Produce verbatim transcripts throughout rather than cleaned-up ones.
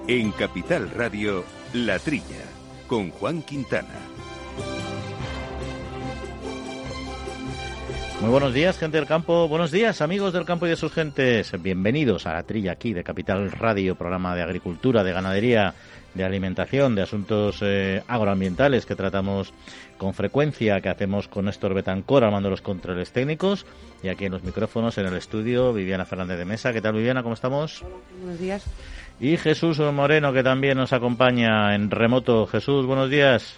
En Capital Radio, La Trilla, con Juan Quintana. Muy buenos días, gente del campo. Buenos días, amigos del campo y de sus gentes. Bienvenidos a La Trilla aquí de Capital Radio, programa de agricultura, de ganadería, de alimentación, de asuntos eh, agroambientales que tratamos con frecuencia, que hacemos con Néstor Betancor al mando de los controles técnicos, y aquí en los micrófonos en el estudio Viviana Fernández de Mesa. ¿Qué tal, Viviana? ¿Cómo estamos? Buenos días. Y Jesús Moreno, que también nos acompaña en remoto. Jesús, buenos días.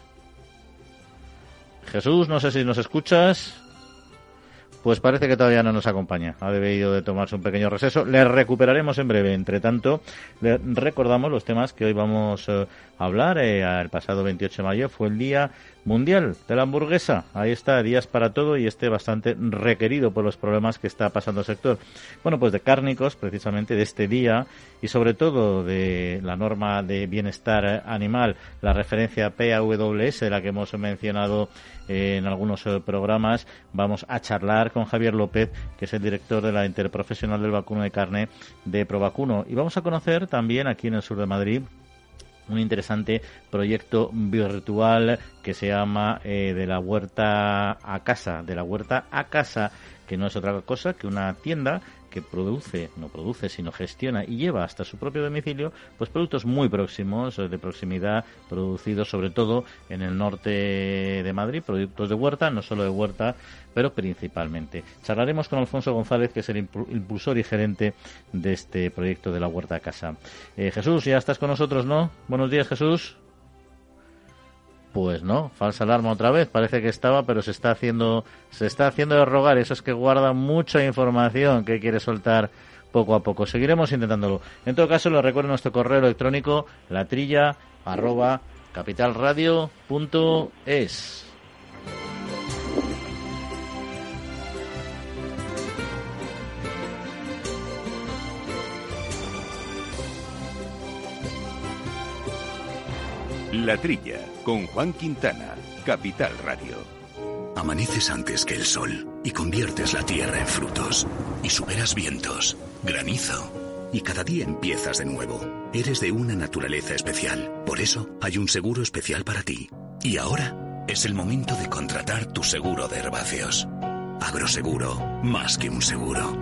Jesús, no sé si nos escuchas. Pues parece que todavía no nos acompaña. Ha debido de tomarse un pequeño receso. Le recuperaremos en breve. Entre tanto, le recordamos los temas que hoy vamos eh, a hablar. Eh, el pasado veintiocho de mayo fue el Día Mundial de la Hamburguesa. Ahí está, días para todo, y este bastante requerido por los problemas que está pasando el sector. Bueno, pues de cárnicos, precisamente, de este día, y sobre todo de la norma de bienestar animal, la referencia P A W S, de la que hemos mencionado eh, en algunos eh, programas. Vamos a charlar con Javier López, que es el director de la Interprofesional del Vacuno de Carne de Provacuno. Y vamos a conocer también aquí en el sur de Madrid un interesante proyecto virtual que se llama eh, de la huerta a casa, de la huerta a casa, que no es otra cosa que una tienda que produce, no produce, sino gestiona y lleva hasta su propio domicilio, pues productos muy próximos, de proximidad, producidos sobre todo en el norte de Madrid, productos de huerta, no solo de huerta, pero principalmente. Charlaremos con Alfonso González, que es el impulsor y gerente de este proyecto de la huerta a casa. Eh, Jesús, ya estás con nosotros, ¿no? Buenos días, Jesús. Pues no, falsa alarma otra vez. Parece que estaba, pero se está haciendo, se está haciendo de rogar. Eso es que guarda mucha información que quiere soltar poco a poco. Seguiremos intentándolo. En todo caso, lo recuerdo nuestro correo electrónico, latrilla arroba capitalradio punto es. La Trilla, con Juan Quintana, Capital Radio. Amaneces antes que el sol y conviertes la tierra en frutos. Y superas vientos, granizo. Y cada día empiezas de nuevo. Eres de una naturaleza especial. Por eso hay un seguro especial para ti. Y ahora es el momento de contratar tu seguro de herbáceos. Agroseguro, más que un seguro.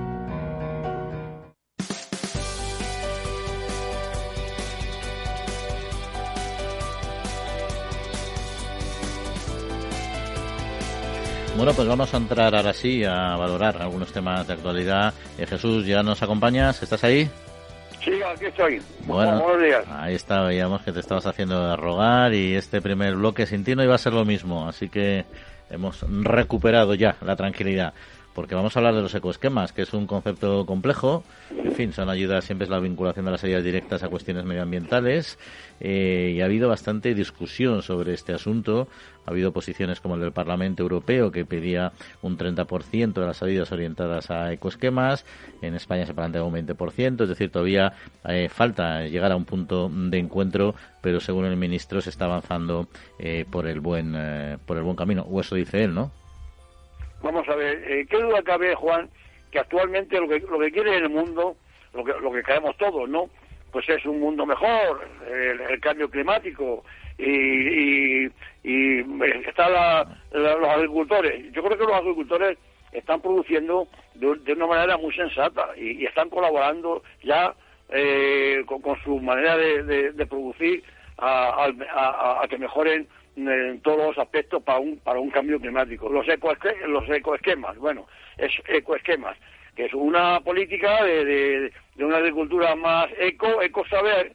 Bueno, pues vamos a entrar ahora sí a valorar algunos temas de actualidad. Eh, Jesús, ¿ya nos acompañas? ¿Estás ahí? Sí, aquí estoy. Bueno, buenos días. Ahí está, veíamos que te estabas haciendo de rogar, y este primer bloque sin ti no iba a ser lo mismo, así que hemos recuperado ya la tranquilidad, porque vamos a hablar de los ecoesquemas, que es un concepto complejo. En fin, son ayudas, siempre es la vinculación de las ayudas directas a cuestiones medioambientales, eh, y ha habido bastante discusión sobre este asunto. Ha habido posiciones como el del Parlamento Europeo, que pedía un treinta por ciento de las ayudas orientadas a ecoesquemas. En España se plantea un veinte por ciento, es decir, todavía eh, falta llegar a un punto de encuentro, pero según el ministro se está avanzando eh, por el buen eh, por el buen camino, o eso dice él, ¿no? Vamos a ver, eh, qué duda cabe, Juan, que actualmente lo que lo que quiere el mundo, lo que lo que queremos todos, ¿no? Pues es un mundo mejor, el, el cambio climático, y, y, y están la, la, los agricultores. Yo creo que los agricultores están produciendo de, de una manera muy sensata, y, y están colaborando ya eh, con, con su manera de, de, de producir a, a, a que mejoren en todos los aspectos para un para un cambio climático. Los ecoesquemas, los ecoesquemas, bueno, es ecoesquemas, que es una política de, de, de una agricultura más eco, eco saber,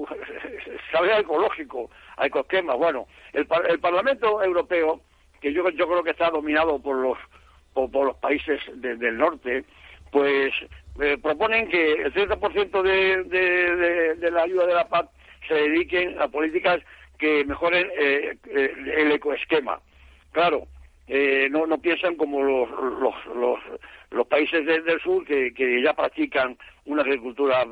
saber ecológico, a ecoesquemas. Bueno, el, el Parlamento Europeo, que yo yo creo que está dominado por los por, por los países de, del norte, pues eh, proponen que el treinta por ciento de, de, de, de la ayuda de la P A C se dediquen a políticas que mejoren eh, eh, el ecoesquema. Claro, eh, no no piensan como los los los, los países de, del sur que, que ya practican una agricultura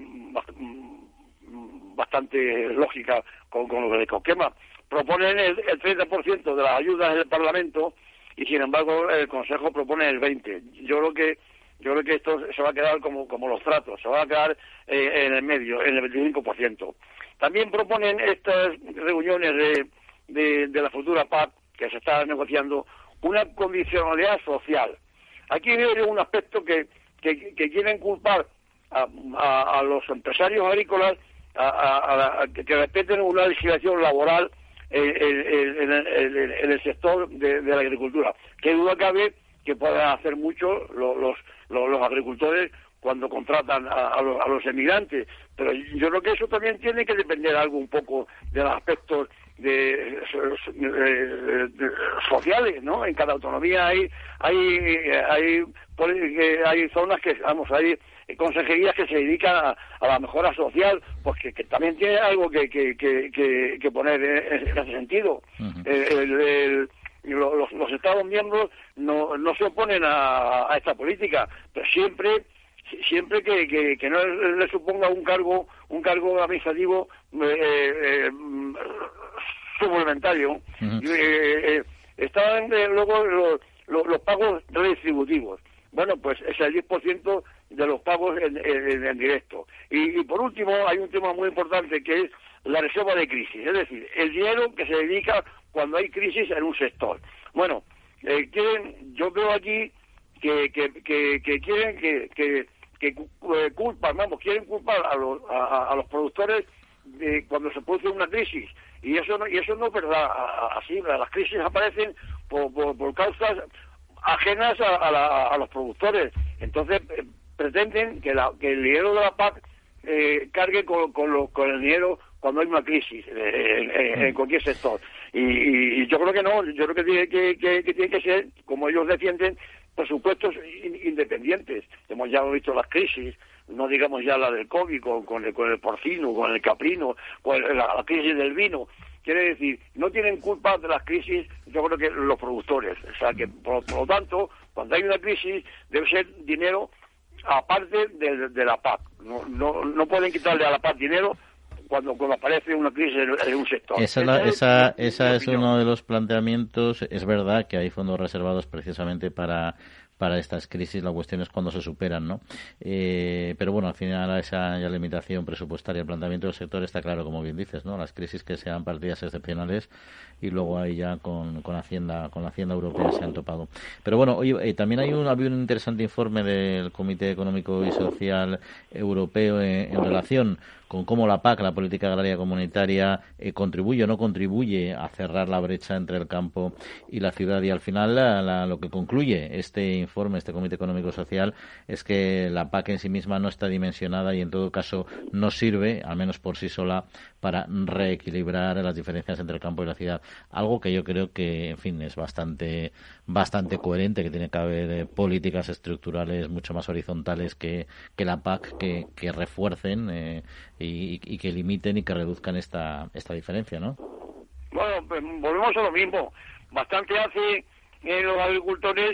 bastante lógica con, con el ecoesquema. Proponen el, el treinta por ciento de las ayudas del Parlamento, y sin embargo el Consejo propone el veinte por ciento. Yo creo que yo creo que esto se va a quedar como, como los tratos, se va a quedar eh, en el medio, en el veinticinco por ciento. También proponen estas reuniones de, de, de la futura P A C, que se está negociando, una condicionalidad social. Aquí veo yo un aspecto que, que, que quieren culpar a, a, a los empresarios agrícolas a, a, a que respeten una legislación laboral en, en, en, en, en el sector de, de la agricultura. Qué duda cabe que puedan hacer mucho los, los, los, los agricultores cuando contratan a, a, los, a los emigrantes, pero yo creo que eso también tiene que depender algo un poco de los aspectos de, de, de, de sociales, ¿no? En cada autonomía hay hay hay hay zonas que, vamos, hay consejerías que se dedican a, a la mejora social, pues que, que también tiene algo que que, que, que, que poner en, en ese sentido. Uh-huh. el, el, el, los, los Estados miembros no, no se oponen a, a esta política, pero siempre siempre que, que, que no le suponga un cargo un cargo administrativo eh, eh, suplementario. Uh-huh. eh, eh, están eh, luego los, los, los pagos redistributivos. Bueno, pues es el diez por ciento de los pagos en, en, en directo. Y, y por último, hay un tema muy importante que es la reserva de crisis, es decir, el dinero que se dedica cuando hay crisis en un sector. Bueno, eh, quieren, yo veo aquí que, que, que, que quieren que, que, que eh, culpan, vamos, quieren culpar a los, a, a los productores de cuando se produce una crisis. Y eso no, y eso no es verdad, así, las crisis aparecen por, por, por causas ajenas a, a, la, a los productores. Entonces eh, pretenden que, la, que el dinero de la P A C eh, cargue con, con, lo, con el dinero cuando hay una crisis eh, en, en, en cualquier sector. Y, y, y yo creo que no, yo creo que tiene que, que, que, tiene que ser, como ellos defienden, presupuestos in, independientes. Hemos ya visto las crisis, no digamos ya la del COVID, con, con, el, con el porcino, con el caprino, con el, la, la crisis del vino. Quiere decir, no tienen culpa de las crisis, yo creo que los productores. O sea, que por, por lo tanto, cuando hay una crisis, debe ser dinero aparte de, de la P A C. No, no, no pueden quitarle a la P A C dinero cuando, cuando aparece una crisis en, en un sector. Esa, la, esa, esa es uno de los planteamientos. Es verdad que hay fondos reservados precisamente para... para estas crisis, la cuestión es cuando se superan, ¿no? Eh, pero bueno, al final esa ya limitación presupuestaria, el planteamiento del sector está claro, como bien dices, ¿no? Las crisis que sean partidas excepcionales y luego ahí ya con, con Hacienda con la Hacienda Europea se han topado. Pero bueno, oye, eh, también hay un, había un interesante informe del Comité Económico y Social Europeo en, en relación con cómo la P A C, la Política Agraria Comunitaria, eh, contribuye o no contribuye a cerrar la brecha entre el campo y la ciudad. Y al final la, la, lo que concluye este informe, este Comité Económico y Social, es que la P A C en sí misma no está dimensionada y en todo caso no sirve, al menos por sí sola, para reequilibrar las diferencias entre el campo y la ciudad. Algo que yo creo que, en fin, es bastante bastante coherente, que tiene que haber eh, políticas estructurales mucho más horizontales que, que la P A C, que, que refuercen eh, y, y que limiten y que reduzcan esta esta diferencia, ¿no? Bueno, pues volvemos a lo mismo. Bastante hace eh, los agricultores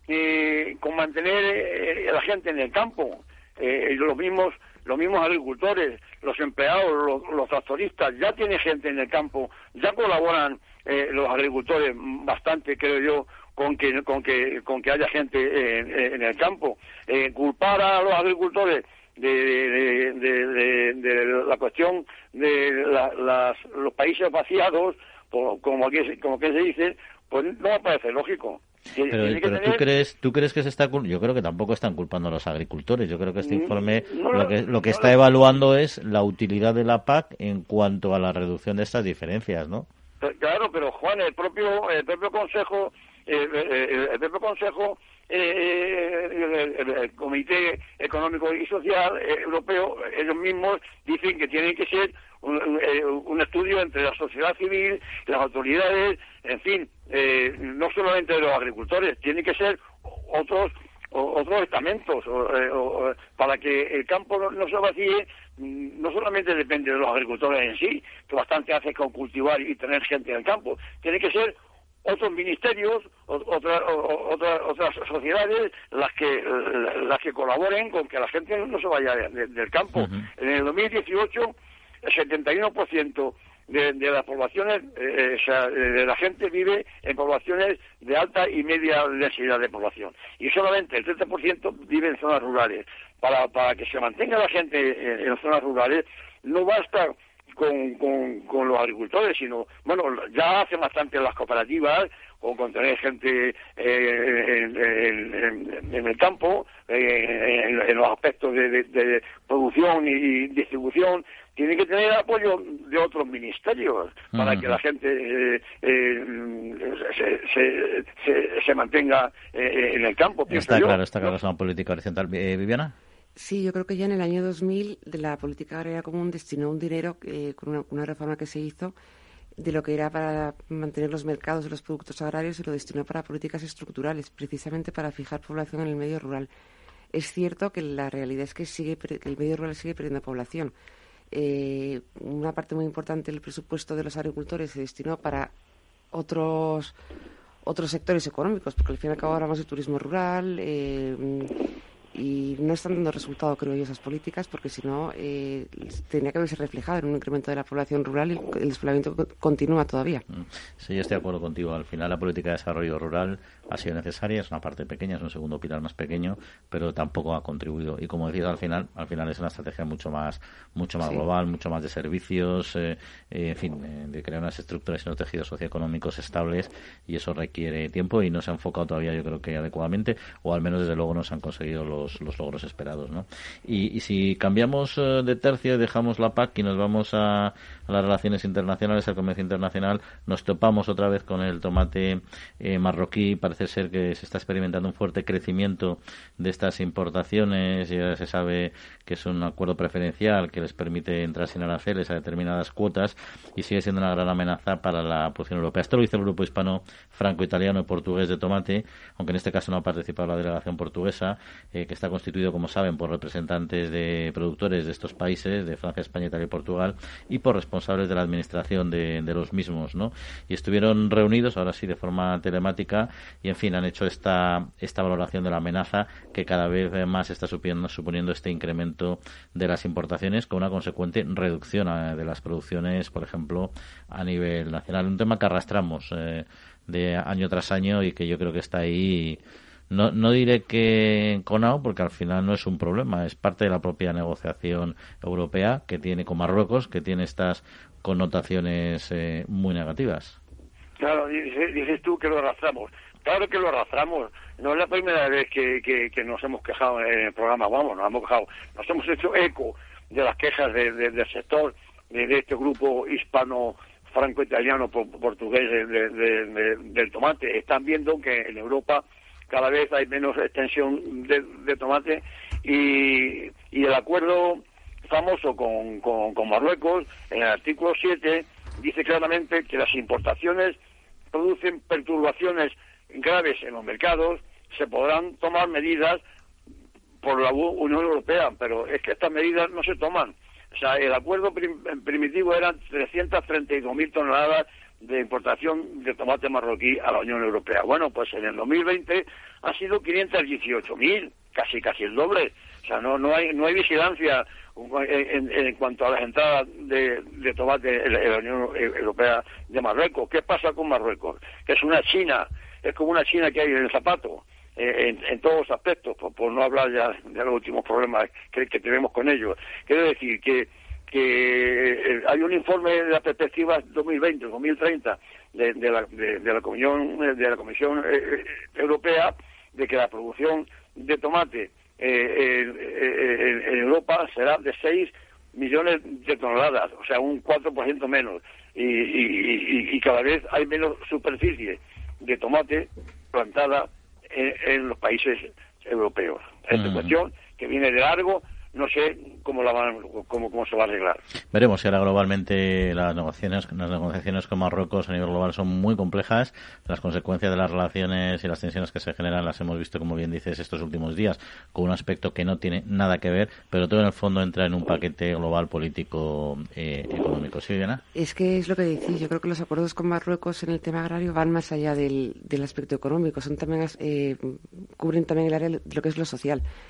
eh, con mantener eh, a la gente en el campo. Eh, los mismos los mismos agricultores, los empleados, los, los tractoristas, ya tiene gente en el campo, ya colaboran eh, los agricultores bastante, creo yo, con que con que con que haya gente en, en el campo. Eh, culpar a los agricultores de, de, de, de, de la cuestión de la, las, los países vaciados, por, como que como que se dice, pues no me parece lógico. Pero, pero tener... ¿tú crees tú crees que se está yo creo que tampoco están culpando a los agricultores. Yo creo que este informe no, no, lo que lo que no, está no, evaluando es la utilidad de la P A C en cuanto a la reducción de estas diferencias, ¿no? Claro, pero Juan, el propio el propio consejo eh, eh, el propio consejo eh, el, el, el Comité Económico y Social eh, Europeo, ellos mismos dicen que tiene que ser un, un, un estudio entre la sociedad civil, las autoridades, en fin, eh, no solamente de los agricultores, tiene que ser otros otros estamentos o, eh, o, para que el campo no, no se vacíe. No solamente depende de los agricultores en sí, que bastante hace con cultivar y tener gente en el campo, tiene que ser otros ministerios, otras otras otras sociedades las que las que colaboren con que la gente no se vaya de, de, del campo. Uh-huh. En el dos mil dieciocho el setenta y uno por ciento de, de las poblaciones, eh, o sea, de la gente vive en poblaciones de alta y media densidad de población. Y solamente el treinta por ciento vive en zonas rurales. Para, para que se mantenga la gente en, en zonas rurales, no basta con, con, con los agricultores, sino, bueno, ya hacen bastante las cooperativas, o con tener gente eh, en, en, en, en el campo, eh, en, en los aspectos de, de, de producción y distribución. Tiene que tener apoyo de otros ministerios para uh-huh. que la gente eh, eh, se, se, se, se mantenga eh, en el campo. Está yo. claro, está claro, es una política horizontal. Eh, ¿Viviana? Sí, yo creo que ya en el año dos mil de la política agraria común destinó un dinero eh, con una, una reforma que se hizo de lo que era para mantener los mercados de los productos agrarios y lo destinó para políticas estructurales, precisamente para fijar población en el medio rural. Es cierto que la realidad es que, sigue, que el medio rural sigue perdiendo población. Eh, una parte muy importante del presupuesto de los agricultores se destinó para otros otros sectores económicos, porque al fin y al cabo hablamos de turismo rural eh, y no están dando resultado, creo yo, esas políticas, porque si no eh, tendría que haberse reflejado en un incremento de la población rural y el despoblamiento continúa todavía. Sí, yo estoy de acuerdo contigo. Al final la política de desarrollo rural ha sido necesaria, es una parte pequeña, es un segundo pilar más pequeño, pero tampoco ha contribuido. Y como decía, al final al final es una estrategia mucho más mucho más sí. global, mucho más de servicios, eh, eh, en fin, eh, de crear unas estructuras y unos tejidos socioeconómicos estables, y eso requiere tiempo y no se ha enfocado todavía, yo creo que adecuadamente, o al menos desde luego no se han conseguido los Los, los logros esperados, ¿no? Y, y si cambiamos uh, de tercio y dejamos la P A C y nos vamos a, a las relaciones internacionales, al comercio internacional, nos topamos otra vez con el tomate eh, marroquí. Parece ser que se está experimentando un fuerte crecimiento de estas importaciones. Ya se sabe que es un acuerdo preferencial que les permite entrar sin aranceles a determinadas cuotas, y sigue siendo una gran amenaza para la producción europea. Esto lo dice el grupo hispano franco-italiano y portugués de tomate, aunque en este caso no ha participado la delegación portuguesa, eh, que está constituido, como saben, por representantes de productores de estos países, de Francia, España, Italia y Portugal, y por responsables de la administración de, de los mismos, ¿no? Y estuvieron reunidos, ahora sí, de forma telemática, y en fin, han hecho esta esta valoración de la amenaza que cada vez más está suponiendo, suponiendo este incremento de las importaciones, con una consecuente reducción a, de las producciones, por ejemplo, a nivel nacional. Un tema que arrastramos eh, de año tras año y que yo creo que está ahí. No, no diré que enconado, porque al final no es un problema, es parte de la propia negociación europea que tiene con Marruecos, que tiene estas connotaciones eh, muy negativas. Claro, dices, dices tú que lo arrastramos. Claro que lo arrastramos. No es la primera vez que, que, que nos hemos quejado en el programa, vamos, nos hemos quejado. Nos hemos hecho eco de las quejas de, de, del sector, de, de este grupo hispano franco-italiano portugués de, de, de, de, del tomate. Están viendo que en Europa cada vez hay menos extensión de, de tomate, y, y el acuerdo famoso con, con, con Marruecos, en el artículo siete, dice claramente que las importaciones producen perturbaciones graves en los mercados, se podrán tomar medidas por la Unión Europea, pero es que estas medidas no se toman. O sea, el acuerdo prim, primitivo eran trescientas treinta y dos mil toneladas de importación de tomate marroquí a la Unión Europea. Bueno, pues en el dos mil veinte ha sido quinientos dieciocho mil, casi casi el doble. O sea, no no hay no hay vigilancia en, en, en cuanto a las entradas de, de tomate en la Unión Europea de Marruecos. ¿Qué pasa con Marruecos? Que es una China, es como una China que hay en el zapato, eh, en, en todos los aspectos, por, por no hablar ya de los últimos problemas que, que tenemos con ellos. Quiero decir que que hay un informe de la perspectiva dos mil veinte dos mil treinta de, de, la, de, de la Comisión de la Comisión eh, Europea, de que la producción de tomate eh, eh, en Europa será de seis millones de toneladas, o sea, un cuatro por ciento menos, y, y, y, y cada vez hay menos superficie de tomate plantada en, en los países europeos. Esta mm. cuestión que viene de largo. No sé cómo la van, cómo, cómo se va a arreglar. Veremos si ahora globalmente las negociaciones, las negociaciones con Marruecos a nivel global son muy complejas. Las consecuencias de las relaciones y las tensiones que se generan las hemos visto, como bien dices, estos últimos días, con un aspecto que no tiene nada que ver, pero todo en el fondo entra en un paquete global político eh, económico. ¿Sí, Diana? Es que es lo que decís. Yo creo que los acuerdos con Marruecos en el tema agrario van más allá del, del aspecto económico. Son también eh, cubren también el área de lo que es lo social.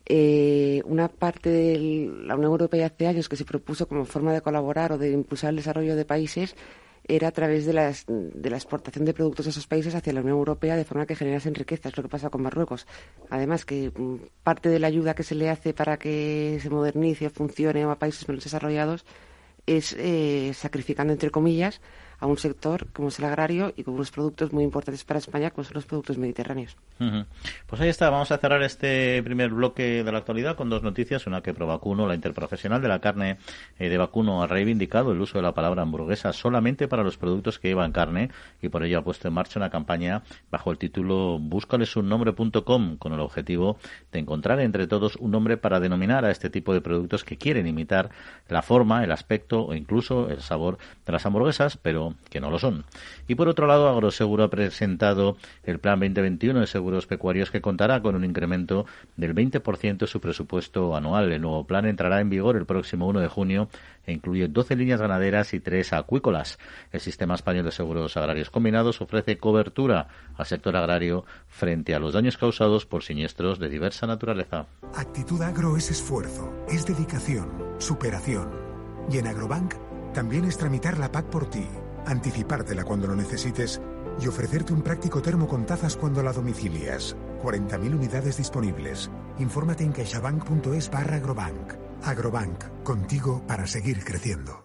Eh, una parte de la Unión Europea hace años que se propuso como forma de colaborar o de impulsar el desarrollo de países era a través de, las, de la exportación de productos de esos países hacia la Unión Europea de forma que generasen riqueza. Es lo que pasa con Marruecos. Además, que parte de la ayuda que se le hace para que se modernice o funcione a países menos desarrollados es eh, sacrificando, entre comillas, a un sector como es el agrario y con unos productos muy importantes para España, como son los productos mediterráneos. Uh-huh. Pues ahí está, vamos a cerrar este primer bloque de la actualidad con dos noticias. Una que Provacuno, la interprofesional de la carne eh, de vacuno, ha reivindicado el uso de la palabra hamburguesa solamente para los productos que llevan carne y por ello ha puesto en marcha una campaña bajo el título búscales un nombre punto com con el objetivo de encontrar entre todos un nombre para denominar a este tipo de productos que quieren imitar la forma, el aspecto o incluso el sabor de las hamburguesas, pero que no lo son. Y por otro lado, Agroseguro ha presentado el Plan veinte veintiuno de seguros pecuarios que contará con un incremento del veinte por ciento de su presupuesto anual. El nuevo plan entrará en vigor el próximo uno de junio e incluye doce líneas ganaderas y tres acuícolas. El Sistema Español de Seguros Agrarios Combinados ofrece cobertura al sector agrario frente a los daños causados por siniestros de diversa naturaleza. Actitud Agro es esfuerzo, es dedicación, superación. Y en Agrobank también es tramitar la P A C por ti, anticipártela cuando lo necesites y ofrecerte un práctico termo con tazas cuando la domicilias. cuarenta mil unidades disponibles. Infórmate en caixabank.es barra agrobank. Agrobank, contigo para seguir creciendo.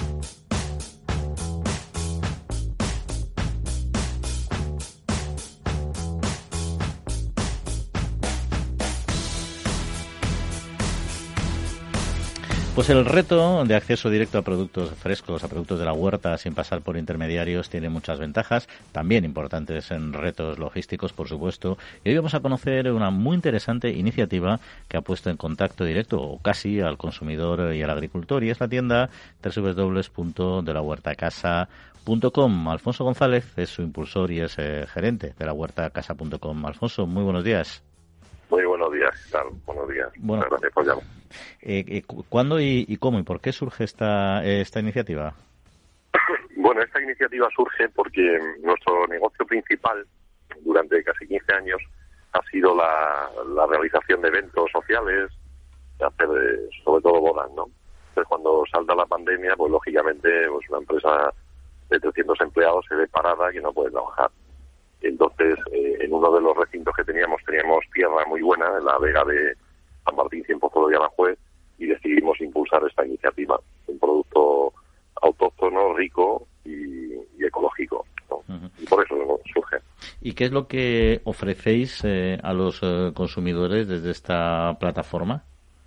Pues el reto de acceso directo a productos frescos, a productos de la huerta, sin pasar por intermediarios, tiene muchas ventajas, también importantes en retos logísticos, por supuesto. Y hoy vamos a conocer una muy interesante iniciativa que ha puesto en contacto directo, o casi, al consumidor y al agricultor, y es la tienda doble u doble u doble u punto de la huerta casa punto com. Alfonso González es su impulsor y es eh, gerente de la huerta casa punto com. Alfonso, muy buenos días. Muy buenos días, ¿qué tal? Buenos días. Bueno, Muchas gracias por llamar. Eh, eh, ¿Cuándo y, y cómo y por qué surge esta, esta iniciativa? Bueno, esta iniciativa surge porque nuestro negocio principal durante casi quince años ha sido la, la realización de eventos sociales, de hacer de, sobre todo bodas, ¿no? Entonces, cuando salta la pandemia, pues lógicamente pues una empresa de trescientos empleados se ve parada que no puede trabajar. Entonces, eh, en uno de los recintos que teníamos, teníamos tierra muy buena, en la Vega de San Martín, Cienpozuelos y Aranjuez, y decidimos impulsar esta iniciativa. Un producto autóctono, rico y, y ecológico, ¿no? Uh-huh. Y por eso ¿no? surge. ¿Y qué es lo que ofrecéis eh, a los eh, consumidores desde esta plataforma?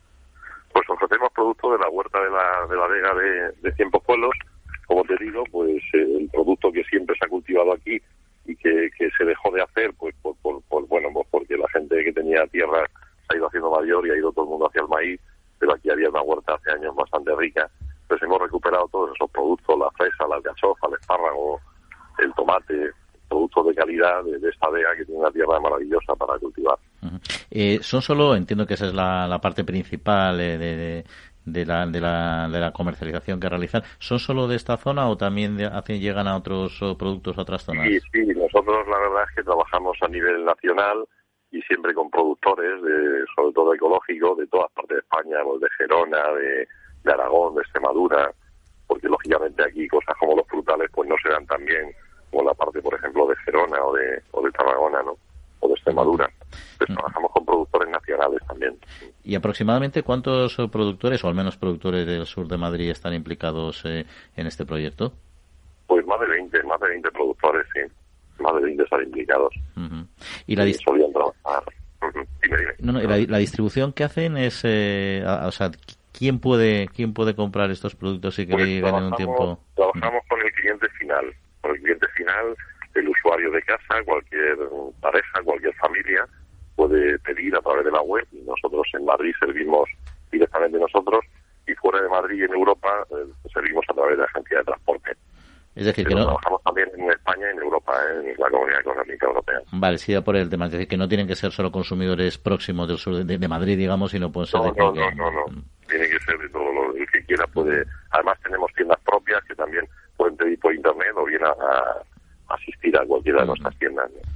Pues ofrecemos productos de la huerta de la, de la Vega de, de Cienpozuelos. Como te digo, pues eh, el producto que siempre se ha cultivado aquí y que, que se dejó de hacer, pues por, por, por bueno, pues porque la gente que tenía tierra se ha ido haciendo mayor y ha ido todo el mundo hacia el maíz, pero aquí había una huerta hace años bastante rica. Entonces hemos recuperado todos esos productos, la fresa, la alcachofa, el espárrago, el tomate, productos de calidad de, de esta vega que tiene una tierra maravillosa para cultivar. Uh-huh. Eh, son solo, entiendo que esa es la, la parte principal eh, de, de, de, la, de, la, de la comercialización que realizan. ¿Son solo de esta zona o también de, hace, llegan a otros oh, productos, a otras zonas? Sí, sí, nosotros la verdad es que trabajamos a nivel nacional y siempre con productores, de, sobre todo ecológicos, de todas partes de España, pues de Gerona, de, de Aragón, de Extremadura, porque lógicamente aquí cosas como los frutales pues no se dan tan bien como la parte, por ejemplo, de Gerona o de, o de Tarragona, ¿no? O de Extremadura. Pues trabajamos con productores nacionales también. ¿Y aproximadamente cuántos productores, o al menos productores del sur de Madrid, están implicados eh, en este proyecto? Pues más de veinte, más de veinte productores, sí. Más de veinte están implicados. Uh-huh. ¿Y la dist- solían trabajar? Uh-huh. Dime, dime. No, no, la, la distribución que hacen es, eh, a, o sea, ¿quién puede quién puede comprar estos productos y que pues lleguen en un tiempo? Trabajamos con el cliente final. Con el cliente final, el usuario de casa, cualquier pareja, cualquier familia, puede pedir a través de la web y nosotros en Madrid servimos directamente nosotros y fuera de Madrid y en Europa eh, servimos a través de la agencia de transporte. Es decir, Pero que no... trabajamos también en España y en Europa, en la Comunidad Económica Europea. Vale, sí, por el tema. Es decir, que no tienen que ser solo consumidores próximos del sur de, de Madrid, digamos, sino pueden ser no, de no, cualquier... no, no, no. Tiene que ser de todo lo el que quiera. Puede. Además, tenemos tiendas propias que también pueden pedir por internet o bien a, a asistir a cualquiera de nuestras tiendas, ¿no?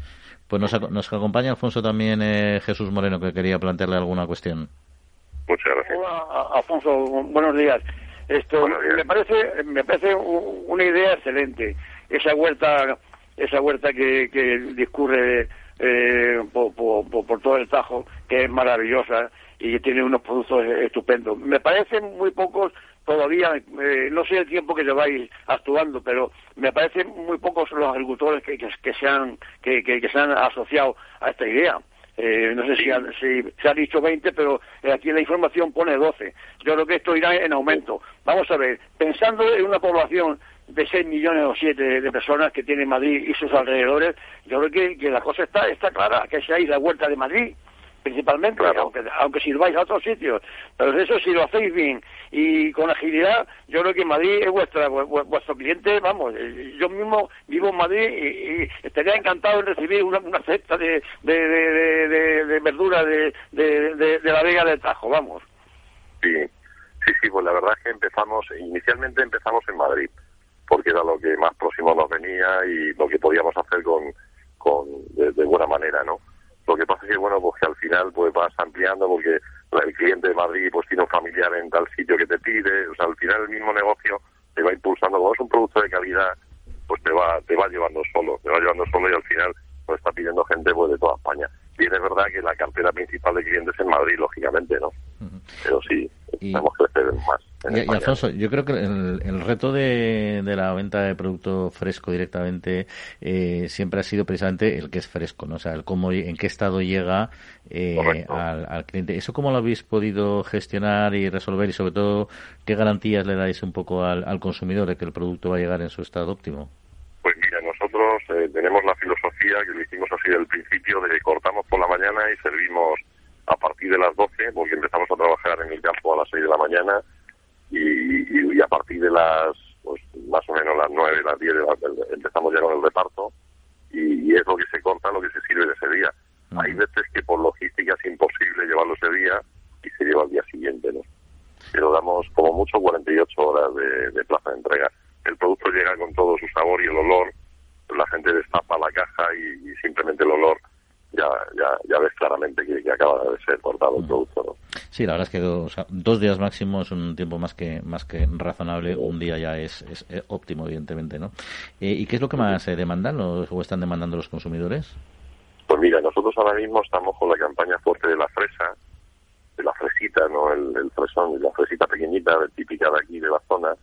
Pues nos, nos acompaña Alfonso también eh, Jesús Moreno, que quería plantearle alguna cuestión. Muchas gracias. Hola, Alfonso, buenos días. Esto buenos días. me parece me parece una idea excelente. Esa huerta esa huerta que, que discurre eh, por, por, por todo el Tajo, que es maravillosa y que tiene unos productos estupendos. Me parecen muy pocos todavía, eh, no sé el tiempo que lleváis actuando, pero me parecen muy pocos los agricultores que, que, que, se, han, que, que, que se han asociado a esta idea. Eh, no sé si, han, si se ha dicho veinte, pero aquí en la información pone doce. Yo creo que esto irá en aumento. Vamos a ver, pensando en una población de seis millones o siete de personas que tiene Madrid y sus alrededores, yo creo que, que la cosa está, está clara, que seáis la huerta de Madrid, principalmente, claro. aunque, aunque sirváis a otros sitios. Pero eso, si lo hacéis bien y con agilidad, yo creo que Madrid es vuestra vuestro cliente. Vamos, yo mismo vivo en Madrid y, y estaría encantado en recibir una, una cesta de, de, de, de, de verdura de, de, de, de la Vega del Tajo, vamos. Sí, sí, sí, pues la verdad es que empezamos, inicialmente empezamos en Madrid, porque era lo que más próximo nos venía y lo que podíamos hacer con, con de, de buena manera, ¿no? Lo que pasa es que, bueno, pues que al final pues vas ampliando porque el cliente de Madrid pues tiene un familiar en tal sitio que te pide, o sea, al final el mismo negocio te va impulsando. Como es un producto de calidad, pues te va te va llevando solo, te va llevando solo y al final pues está pidiendo gente pues de toda España. Y es verdad que la cartera principal de clientes es en Madrid, lógicamente, ¿no? Uh-huh. Pero sí, y, tenemos que crecer más. Y, y Alfonso, yo creo que el, el reto de, de la venta de producto fresco directamente eh, siempre ha sido precisamente el que es fresco, ¿no? O sea, el cómo, en qué estado llega eh, al, al cliente. ¿Eso cómo lo habéis podido gestionar y resolver? Y sobre todo, ¿qué garantías le dais un poco al, al consumidor de que el producto va a llegar en su estado óptimo? Pues mira, nosotros eh, tenemos la filosofía, que lo hicimos así del principio, de cortamos por la mañana y servimos a partir de las doce, porque empezamos a trabajar en el campo a las seis de la mañana y, y, y a partir de las, pues más o menos las nueve, las diez, de la, empezamos ya con el reparto y, y es lo que se corta, lo que se sirve de ese día. Uh-huh. Hay veces que por logística es imposible llevarlo ese día y se lleva al día siguiente, ¿no? Pero damos como mucho cuarenta y ocho horas de, de plazo de entrega. El producto llega con todo su sabor y el olor, la gente destapa la caja y, y simplemente el olor ya ya ya ves claramente que, que acaba de ser cortado el producto, ¿no? Sí, la verdad es que dos, o sea, dos días máximo es un tiempo más que más que razonable. Un día ya es, es, es óptimo, evidentemente, ¿no? Eh, ¿Y qué es lo que más eh, demandan los, o están demandando los consumidores? Pues mira, nosotros ahora mismo estamos con la campaña fuerte de la fresa, de la fresita, ¿no? El, el fresón, la fresita pequeñita, típica de aquí, de la zona,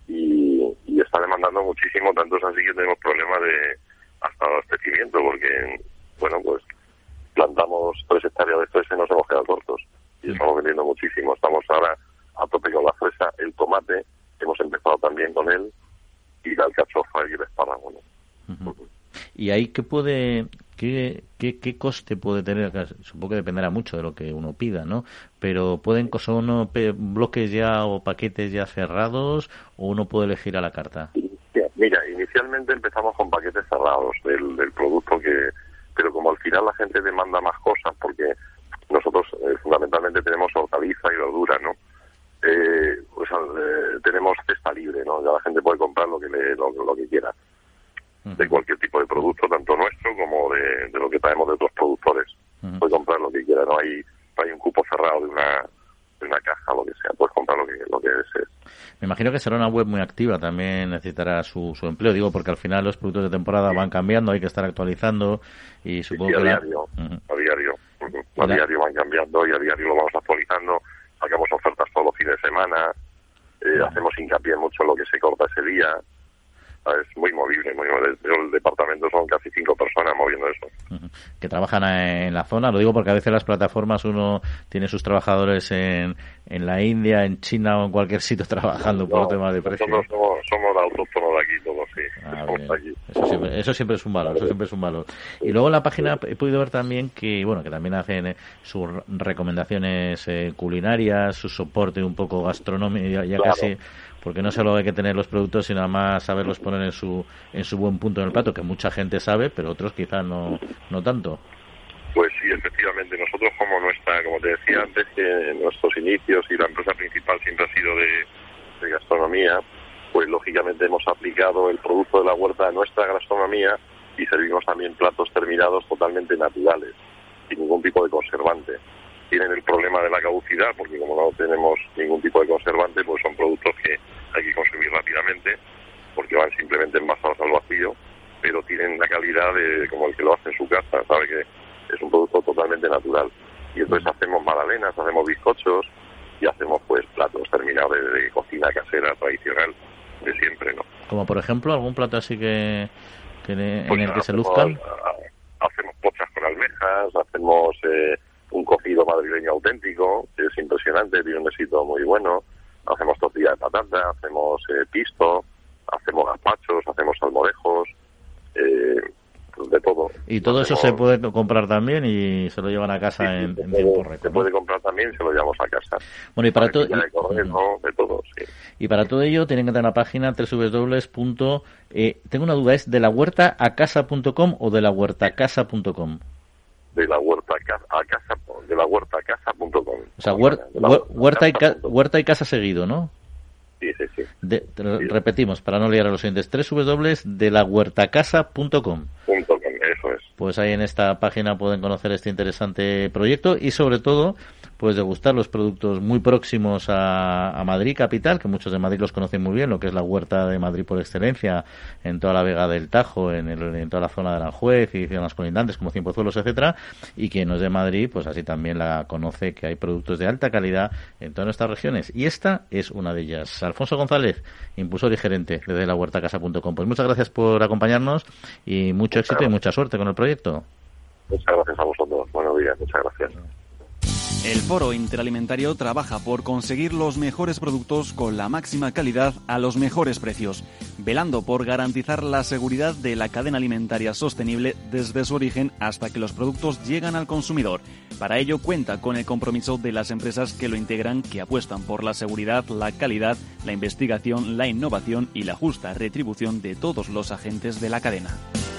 y, y está demandando muchísimo, tanto es así que tenemos problemas de hasta abastecimiento, porque, bueno, pues plantamos tres hectáreas de fresa y nos hemos quedado cortos, y estamos vendiendo muchísimo. Estamos ahora a tope con la fresa, el tomate, hemos empezado también con él, y la alcachofa y el espárrago, ¿no? Uh-huh. ¿Y ahí qué puede, qué, qué, qué coste puede tener? Supongo que dependerá mucho de lo que uno pida, ¿no? Pero ¿pueden son uno bloques ya o paquetes ya cerrados o uno puede elegir a la carta? Mira, inicialmente empezamos con paquetes cerrados del, del producto, que pero como al final la gente demanda más cosas, porque nosotros eh, fundamentalmente tenemos hortaliza y verdura, ¿no? Eh, pues eh, tenemos cesta libre, ¿no? Ya la gente puede comprar lo que le, lo, lo que quiera, uh-huh, de cualquier tipo de producto, tanto nuestro como de, de lo que traemos de otros productores. Uh-huh. Puede comprar lo que quiera, no hay no hay un cupo cerrado de una de una caja, lo que sea, puedes comprar lo que lo que desees. Me imagino que será una web muy activa, también necesitará su, su empleo, digo, porque al final los productos de temporada, sí, van cambiando, hay que estar actualizando y supongo sí, sí, que... a diario, la... uh-huh. a diario, uh-huh. a la... diario van cambiando y a diario lo vamos actualizando, sacamos ofertas todos los fines de semana, eh, uh-huh, hacemos hincapié mucho en lo que se corta ese día. Es muy movible, muy movible. El departamento son casi cinco personas moviendo eso. Uh-huh. Que trabajan en la zona, lo digo porque a veces las plataformas uno tiene sus trabajadores en, en la India, en China o en cualquier sitio trabajando por no, temas de precio. Nosotros somos, somos autóctonos de aquí todos, sí. Ah, aquí. Eso, siempre, eso siempre es un valor, eso siempre es un valor. Y luego en la página he podido ver también que, bueno, que también hacen eh, sus recomendaciones eh, culinarias, su soporte un poco gastronómico, ya, ya claro, casi... Porque no solo hay que tener los productos, sino además saberlos poner en su en su buen punto en el plato, que mucha gente sabe, pero otros quizás no no tanto. Pues sí, efectivamente. Nosotros, como nuestra, como te decía antes, que nuestros inicios y la empresa principal siempre ha sido de, de gastronomía, pues lógicamente hemos aplicado el producto de la huerta a nuestra gastronomía y servimos también platos terminados totalmente naturales, sin ningún tipo de conservante. Tienen el problema de la caducidad, porque como no tenemos ningún tipo de conservante, pues son productos que hay que consumir rápidamente, porque van simplemente envasados al vacío, pero tienen la calidad de como el que lo hace en su casa, sabe que es un producto totalmente natural. Y entonces hacemos magdalenas, hacemos bizcochos y hacemos pues platos terminados de, de cocina casera tradicional de siempre, ¿no? Como por ejemplo, algún plato así que, que de, pues en el que hacemos, se luzcan. Hacemos pochas con almejas, hacemos eh, un cocido madrileño auténtico, que es impresionante, tiene un éxito muy bueno. Hacemos tortilla de patata, hacemos eh, pisto, hacemos gazpachos, hacemos salmorejos, eh, de todo. Y todo hacemos... eso se puede comprar también y se lo llevan a casa sí, en, en tiempo récord. Se ¿no? puede comprar también y se lo llevamos a casa. Bueno, y para todo... De correr, ¿no? De todo, sí. Y para todo ello tienen que entrar a la página doble u doble u doble u. Eh, tengo una duda, ¿es de la huerta a casa punto com o de la huerta a casa punto com? De la huerta a casa, de la huerta a casa punto com. O sea, huer, huer, huerta, y ca, huerta y casa seguido, ¿no? Sí, sí, sí. De, sí. Repetimos, para no liar a los oyentes, doble u doble u doble u de la huerta casa punto com. Eso es. Pues ahí en esta página pueden conocer este interesante proyecto y sobre todo pues degustar los productos muy próximos a, a Madrid capital, que muchos de Madrid los conocen muy bien, lo que es la huerta de Madrid por excelencia, en toda la Vega del Tajo, en, el, en toda la zona de Aranjuez y zonas colindantes como Cienpozuelos, etcétera, y quien no es de Madrid, pues así también la conoce, que hay productos de alta calidad en todas nuestras regiones, y esta es una de ellas. Alfonso González, impulsor y gerente desde la huerta casa punto com. Pues muchas gracias por acompañarnos y mucho muchas éxito gracias. Y mucha suerte con el proyecto. Muchas gracias a vosotros. Buenos días, muchas gracias. El Foro Interalimentario trabaja por conseguir los mejores productos con la máxima calidad a los mejores precios, velando por garantizar la seguridad de la cadena alimentaria sostenible desde su origen hasta que los productos llegan al consumidor. Para ello cuenta con el compromiso de las empresas que lo integran, que apuestan por la seguridad, la calidad, la investigación, la innovación y la justa retribución de todos los agentes de la cadena.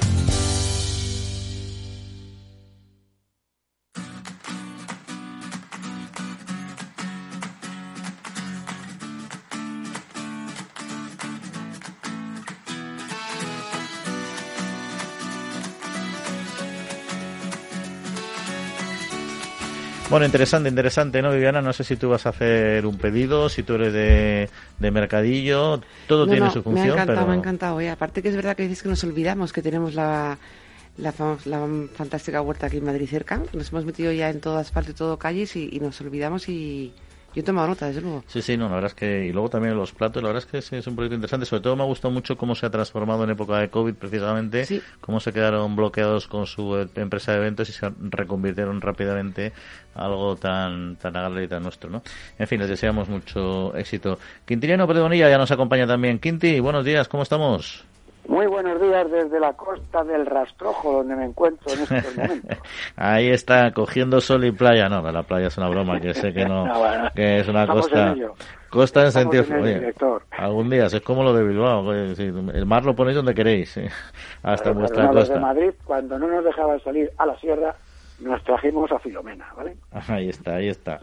Bueno, interesante, interesante, ¿no, Viviana? No sé si tú vas a hacer un pedido, si tú eres de, de mercadillo, todo no, tiene no, su función. Me ha encantado, pero... me ha encantado. ¿eh? Aparte que es verdad que dices que nos olvidamos que tenemos la, la, la fantástica huerta aquí en Madrid cerca. Nos hemos metido ya en todas partes, todo calles y, y nos olvidamos y... Yo he tomado nota, desde luego. Sí, sí, no, la verdad es que... Y luego también los platos, la verdad es que sí, es un proyecto interesante. Sobre todo me ha gustado mucho cómo se ha transformado en época de COVID, precisamente. Sí. Cómo se quedaron bloqueados con su empresa de eventos y se reconvirtieron rápidamente a algo tan tan agradable y tan nuestro, ¿no? En fin, les deseamos mucho éxito. Quintiliano Pérez Bonilla ya nos acompaña también. Quinti, buenos días, ¿cómo estamos? Muy buenos días desde la costa del Rastrojo, donde me encuentro en estos momentos. Ahí está, cogiendo sol y playa. No, la playa es una broma, que sé que no, no bueno, que es una costa... En costa en sentido... En oye, algún día, es como lo de Bilbao. Oye, sí, el mar lo ponéis donde queréis, ¿eh? Hasta pero, vuestra pero costa. Los de Madrid, cuando no nos dejaban salir a la sierra, nos trajimos a Filomena, ¿vale? Ahí está, ahí está.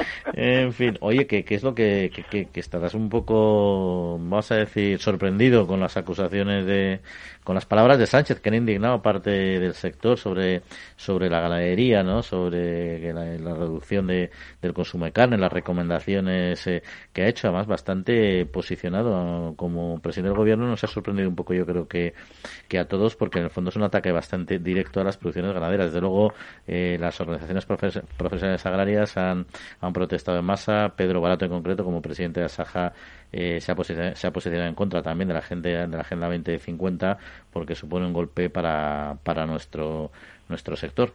En fin, oye, ¿qué, qué es lo que, que, que, que estarás un poco, vamos a decir, sorprendido con las acusaciones de, con las palabras de Sánchez, que han indignado parte del sector sobre, sobre la ganadería, ¿no? Sobre la, la reducción de, del consumo de carne, las recomendaciones eh, que ha hecho, además bastante posicionado como presidente del gobierno. Nos ha sorprendido un poco, yo creo que, que a todos, porque en el fondo es un ataque bastante directo a las producciones ganaderas. Desde luego, Eh, las organizaciones profes- profesionales agrarias han, han protestado en masa. Pedro Barato, en concreto, como presidente de Asaja, eh, se, ha posicionado, se ha posicionado en contra también de la, gente, de la Agenda veinte cincuenta, porque supone un golpe para, para nuestro, nuestro sector.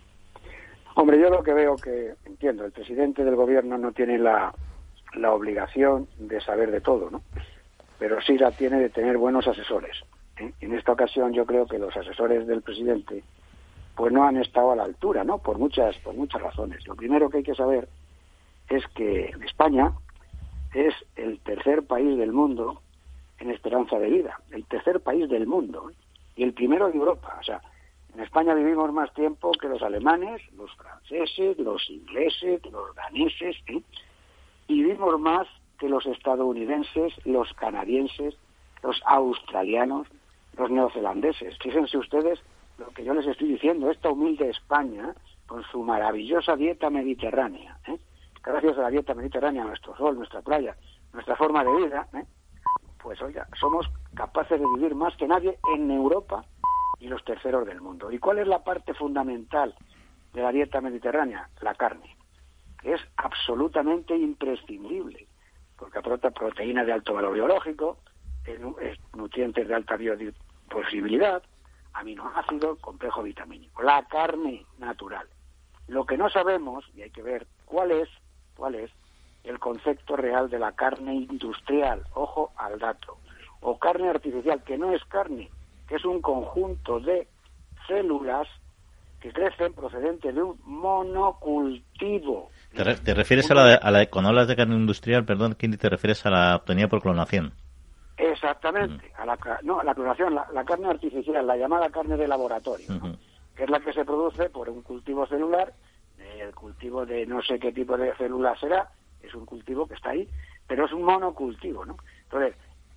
Hombre, yo lo que veo que, entiendo, el presidente del gobierno no tiene la, la obligación de saber de todo, ¿no? Pero sí la tiene de tener buenos asesores, ¿eh? En esta ocasión yo creo que los asesores del presidente pues no han estado a la altura, ¿no? Por muchas, por muchas razones. Lo primero que hay que saber es que España es el tercer país del mundo en esperanza de vida, el tercer país del mundo, ¿eh? Y el primero de Europa. O sea, en España vivimos más tiempo que los alemanes, los franceses, los ingleses, los daneses, ¿eh? Y vivimos más que los estadounidenses, los canadienses, los australianos, los neozelandeses. Fíjense ustedes lo que yo les estoy diciendo, esta humilde España, con su maravillosa dieta mediterránea, ¿eh? Gracias a la dieta mediterránea, nuestro sol, nuestra playa, nuestra forma de vida, ¿eh? Pues oiga, somos capaces de vivir más que nadie en Europa y los terceros del mundo. ¿Y cuál es la parte fundamental de la dieta mediterránea? La carne, que es absolutamente imprescindible, porque aporta proteínas de alto valor biológico, nutrientes de alta biodisponibilidad, aminoácidos, complejo vitamínico. La carne natural. Lo que no sabemos, y hay que ver cuál es, cuál es el concepto real de la carne industrial, ojo al dato, o carne artificial, que no es carne, que es un conjunto de células que crecen procedentes de un monocultivo. ¿Te, re- te refieres a la, de, a la de, cuando hablas de carne industrial, perdón, Quinti, te refieres a la obtenida por clonación? Exactamente, uh-huh. a la, no, a la clonación, la, la carne artificial, la llamada carne de laboratorio, uh-huh. ¿no? Que es la que se produce por un cultivo celular, el cultivo de no sé qué tipo de célula será, es un cultivo que está ahí, pero es un monocultivo, ¿no? Entonces,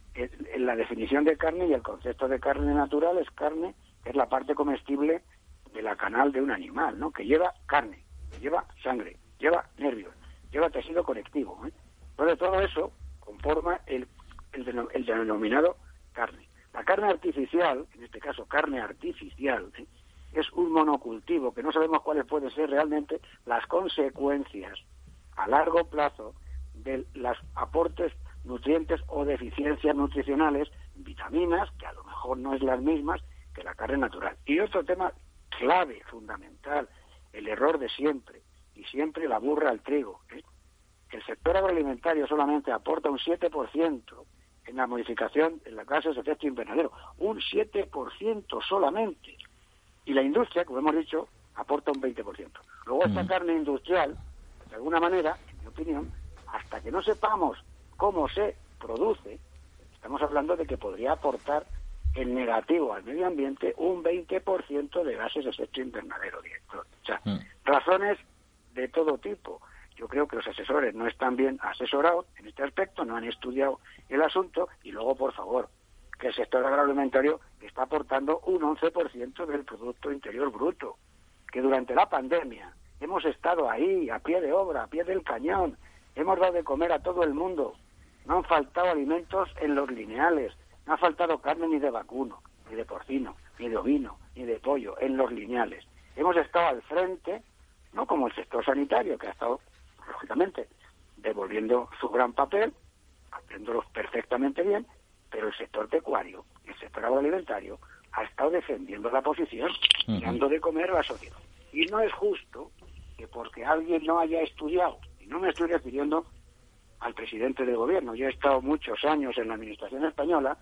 en la definición de carne y el concepto de carne natural es carne, que es la parte comestible de la canal de un animal, ¿no? Que lleva carne, lleva sangre, lleva nervios, lleva tejido conectivo, ¿eh? Entonces, todo eso conforma el, el, el denominado carne. La carne artificial, en este caso carne artificial, ¿eh? Es un monocultivo que no sabemos cuáles pueden ser realmente las consecuencias a largo plazo de los aportes nutrientes o deficiencias nutricionales, vitaminas, que a lo mejor no es las mismas que la carne natural. Y otro tema clave, fundamental, el error de siempre, y siempre la burra al trigo, ¿eh? El sector agroalimentario solamente aporta un siete por ciento en la modificación de las gases de efecto invernadero, un siete por ciento solamente. Y la industria, como hemos dicho, aporta un veinte por ciento. Luego esta mm. carne industrial, de alguna manera, en mi opinión, hasta que no sepamos cómo se produce, estamos hablando de que podría aportar en negativo al medio ambiente un veinte por ciento de gases de efecto invernadero directo. O sea, mm. razones de todo tipo. Yo creo que los asesores no están bien asesorados en este aspecto, no han estudiado el asunto, y luego, por favor, que el sector agroalimentario está aportando un once por ciento del Producto Interior Bruto, que durante la pandemia hemos estado ahí, a pie de obra, a pie del cañón, hemos dado de comer a todo el mundo, no han faltado alimentos en los lineales, no ha faltado carne ni de vacuno, ni de porcino, ni de ovino, ni de pollo, en los lineales. Hemos estado al frente, no como el sector sanitario, que ha estado, lógicamente, devolviendo su gran papel, haciéndolo perfectamente bien, pero el sector pecuario, el sector agroalimentario, ha estado defendiendo la posición y uh-huh. dando de comer a la sociedad. Y no es justo que porque alguien no haya estudiado, y no me estoy refiriendo al presidente del gobierno, yo he estado muchos años en la administración española,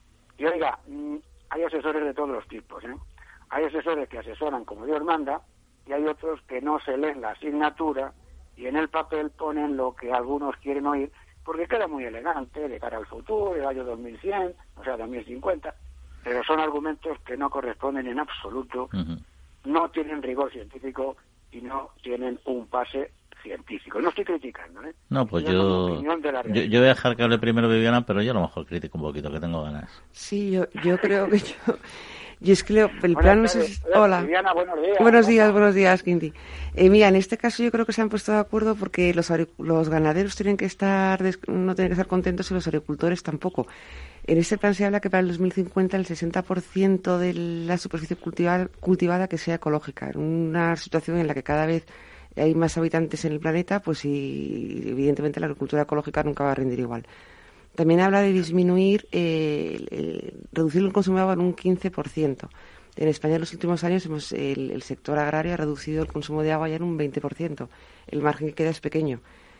y oiga, mmm, hay asesores de todos los tipos, ¿eh? Hay asesores que asesoran como Dios manda, y hay otros que no se leen la asignatura, y en el papel ponen lo que algunos quieren oír, porque queda muy elegante de cara al futuro, el año dos mil cien, o sea, dos mil cincuenta, pero son argumentos que no corresponden en absoluto, uh-huh. no tienen rigor científico y no tienen un pase científico. No estoy criticando, ¿eh? No, pues yo, yo, yo voy a dejar que hable primero Viviana, pero yo a lo mejor critico un poquito, que tengo ganas. Sí, yo, yo creo que yo... Yo es que el plan no sé si... Hola. Viviana, buenos días. Buenos días, buenos días, Quinti. Eh, mira, en este caso yo creo que se han puesto de acuerdo porque los, los ganaderos tienen que estar no tienen que estar contentos y los agricultores tampoco. En este plan se habla que para el dos mil cincuenta el sesenta por ciento de la superficie cultivada, cultivada que sea ecológica. En una situación en la que cada vez hay más habitantes en el planeta, pues y, evidentemente la agricultura ecológica nunca va a rendir igual. También habla de disminuir, eh, el, el, reducir el consumo de agua en un quince por ciento. En España en los últimos años hemos, el, el sector agrario ha reducido el consumo de agua ya en un veinte por ciento. El margen que queda es pequeño.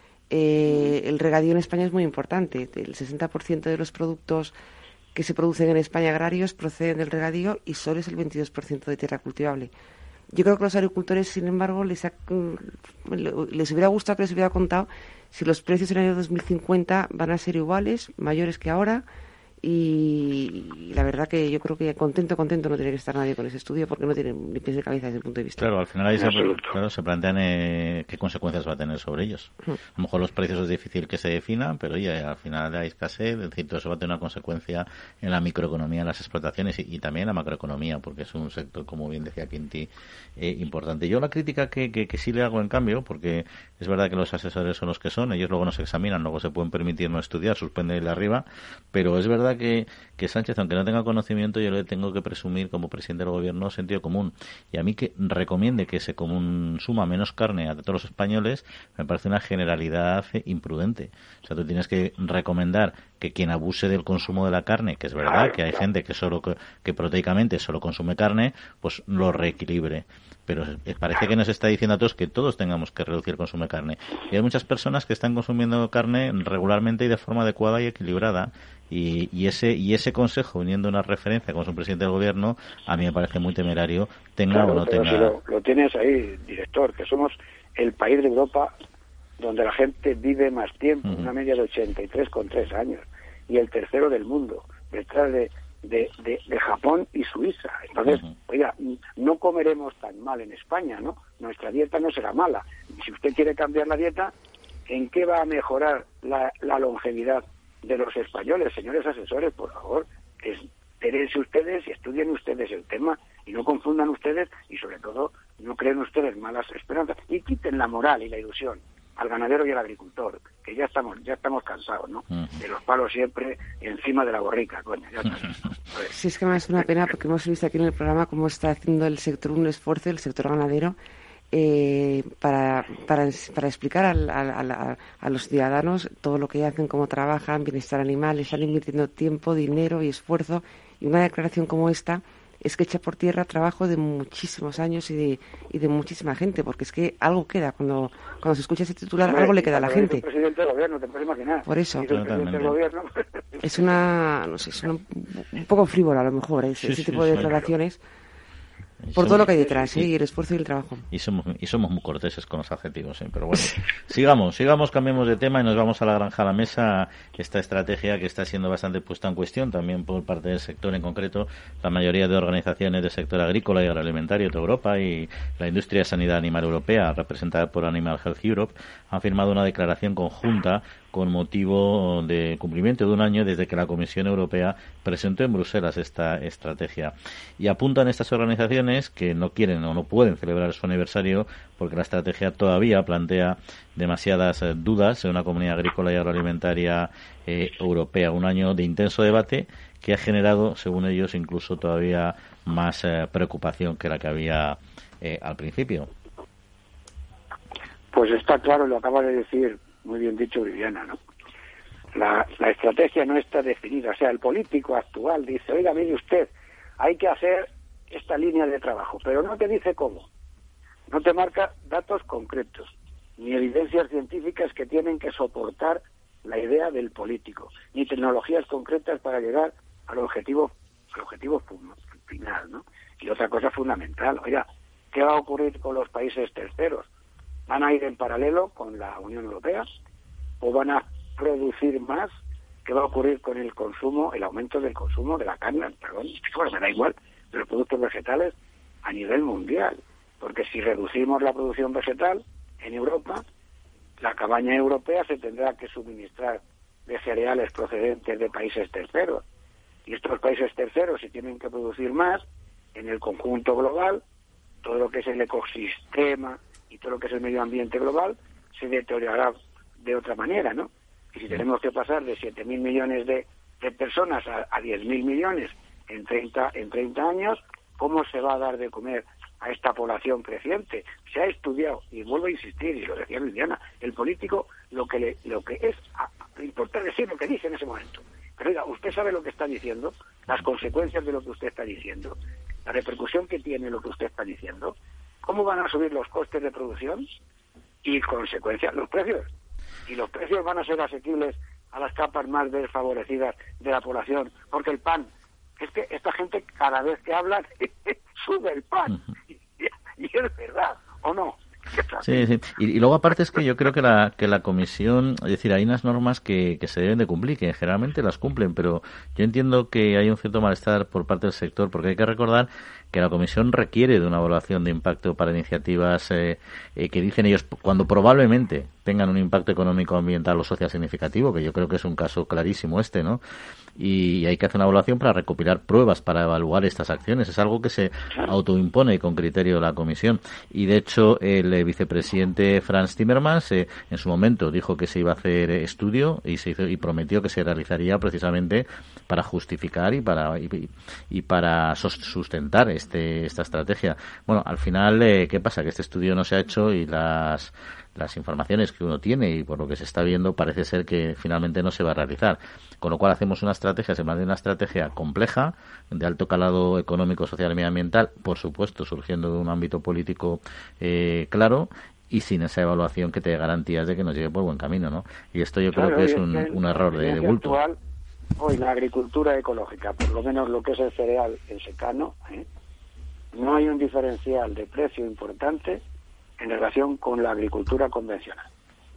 Eh, el regadío en España es muy importante. El sesenta por ciento de los productos que se producen en España agrarios proceden del regadío y solo es el veintidós por ciento de tierra cultivable. Yo creo que los agricultores, sin embargo, les, ha, les hubiera gustado que les hubiera contado si los precios en el año dos mil cincuenta van a ser iguales, mayores que ahora, y, y la verdad que yo creo que contento, contento no tiene que estar nadie con ese estudio porque no tiene ni pies de cabeza desde el punto de vista. Claro, al final ahí se, claro, se plantean eh, qué consecuencias va a tener sobre ellos. Uh-huh. A lo mejor los precios es difícil que se definan, pero oye, al final hay escasez, es decir, todo eso va a tener una consecuencia en la microeconomía, en las explotaciones y, y también en la macroeconomía, porque es un sector, como bien decía Quinti, eh, importante. Yo la crítica que, que, que sí le hago en cambio, porque es verdad que los asesores son los que son, ellos luego no se examinan, luego se pueden permitir no estudiar, suspenderle arriba, pero es verdad que, que Sánchez, aunque no tenga conocimiento, yo le tengo que presumir como presidente del gobierno sentido común. Y a mí que recomiende que se consuma menos carne a todos los españoles me parece una generalidad imprudente. O sea, tú tienes que recomendar que quien abuse del consumo de la carne, que es verdad que hay gente que solo que, que proteicamente solo consume carne, pues lo reequilibre. Pero parece que nos está diciendo a todos que todos tengamos que reducir el consumo de carne. Y hay muchas personas que están consumiendo carne regularmente y de forma adecuada y equilibrada. Y, y ese y ese consejo, viniendo una referencia como es un presidente del gobierno, a mí me parece muy temerario, tenga claro, o no pero tenga. Si lo, lo tienes ahí, director, que somos el país de Europa donde la gente vive más tiempo, uh-huh. una media de ochenta y tres coma tres años, y el tercero del mundo, detrás de De, de, de Japón y Suiza. Entonces, uh-huh. oiga, no comeremos tan mal en España, ¿no? Nuestra dieta no será mala. Si usted quiere cambiar la dieta, ¿en qué va a mejorar la, la longevidad de los españoles? Señores asesores, por favor, espérense ustedes y estudien ustedes el tema y no confundan ustedes y, sobre todo, no creen ustedes malas esperanzas y quiten la moral y la ilusión al ganadero y al agricultor, que ya estamos ya estamos cansados, ¿no? Uh-huh. De los palos siempre encima de la borrica, coño. Ya sí, es que me es una pena porque hemos visto aquí en el programa cómo está haciendo el sector un esfuerzo, el sector ganadero, eh, para, para para explicar al, al, a, a los ciudadanos todo lo que hacen, cómo trabajan, bienestar animal, están invirtiendo tiempo, dinero y esfuerzo, y una declaración como esta es que echa por tierra trabajo de muchísimos años y de y de muchísima gente, porque es que algo queda cuando cuando se escucha ese titular, Hombre, algo le queda a la gente. Es el presidente del gobierno, te puedes imaginar. Por eso. Es, el presidente del gobierno. es una, no sé, es una, un poco frívola a lo mejor, ese, sí, ese tipo sí, de declaraciones. Por somos, todo lo que hay detrás, ¿eh? Y el esfuerzo y el trabajo. Y somos y somos muy corteses con los adjetivos, ¿eh? Pero bueno, sigamos, sigamos, cambiemos de tema y nos vamos a la granja a la mesa. Esta estrategia que está siendo bastante puesta en cuestión también por parte del sector, en concreto la mayoría de organizaciones del sector agrícola y agroalimentario de Europa y la industria de sanidad animal europea, representada por Animal Health Europe, han firmado una declaración conjunta con motivo de cumplimiento de un año desde que la Comisión Europea presentó en Bruselas esta estrategia. Y apuntan estas organizaciones que no quieren o no pueden celebrar su aniversario porque la estrategia todavía plantea demasiadas eh, dudas en una comunidad agrícola y agroalimentaria eh, europea. Un año de intenso debate que ha generado, según ellos, incluso todavía más eh, preocupación que la que había eh, al principio. Pues está claro, lo acaba de decir muy bien dicho Viviana, ¿no? La, la estrategia no está definida. O sea, el político actual dice, oiga, mire usted, hay que hacer esta línea de trabajo, pero no te dice cómo. No te marca datos concretos, ni evidencias científicas que tienen que soportar la idea del político, ni tecnologías concretas para llegar al objetivo, al objetivo final, ¿no? Y otra cosa fundamental, oiga, ¿qué va a ocurrir con los países terceros? ¿Van a ir en paralelo con la Unión Europea o van a producir más? ¿Qué va a ocurrir con el consumo, el aumento del consumo de la carne, perdón, bueno, me da igual, de los productos vegetales a nivel mundial? Porque si reducimos la producción vegetal en Europa, la cabaña europea se tendrá que suministrar de cereales procedentes de países terceros. Y estos países terceros, si tienen que producir más, en el conjunto global, todo lo que es el ecosistema y todo lo que es el medio ambiente global se deteriorará de otra manera, ¿no? Y si tenemos que pasar de siete mil millones de, de personas a, a diez mil millones en treinta, en treinta años, ¿cómo se va a dar de comer a esta población creciente? Se ha estudiado, y vuelvo a insistir, y lo decía Viviana, el político lo que le, lo que es, a, le importa decir lo que dice en ese momento. Pero oiga, usted sabe lo que está diciendo, las consecuencias de lo que usted está diciendo, la repercusión que tiene lo que usted está diciendo, cómo van a subir los costes de producción y, consecuencias, los precios. Y los precios van a ser asequibles a las capas más desfavorecidas de la población, porque el pan, es que esta gente cada vez que habla sube el pan, y, y es verdad, ¿o no? Sí, sí. Y, y luego aparte es que yo creo que la que la comisión, es decir, hay unas normas que, que se deben de cumplir, que generalmente las cumplen, pero yo entiendo que hay un cierto malestar por parte del sector, porque hay que recordar que la comisión requiere de una evaluación de impacto para iniciativas eh, eh, que dicen ellos cuando probablemente tengan un impacto económico, ambiental o social significativo, que yo creo que es un caso clarísimo este, ¿no? Y hay que hacer una evaluación para recopilar pruebas para evaluar estas acciones. Es algo que se autoimpone con criterio de la comisión. Y de hecho el eh, vicepresidente Frans Timmermans eh, en su momento dijo que se iba a hacer estudio y se hizo y prometió que se realizaría precisamente para justificar y para y, y para sustentar este esta estrategia. Bueno, al final eh, ¿qué pasa? Que este estudio no se ha hecho y las las informaciones que uno tiene y por lo que se está viendo parece ser que finalmente no se va a realizar. Con lo cual hacemos una estrategia, se plantea una estrategia compleja, de alto calado económico, social y medioambiental, por supuesto, surgiendo de un ámbito político eh, claro, y sin esa evaluación que te dé garantías de que nos lleve por buen camino, ¿no? Y esto yo claro, creo que es un, el, un error de, de bulto. Actual, hoy la agricultura ecológica, por lo menos lo que es el cereal en secano, ¿eh? no hay un diferencial de precio importante en relación con la agricultura convencional.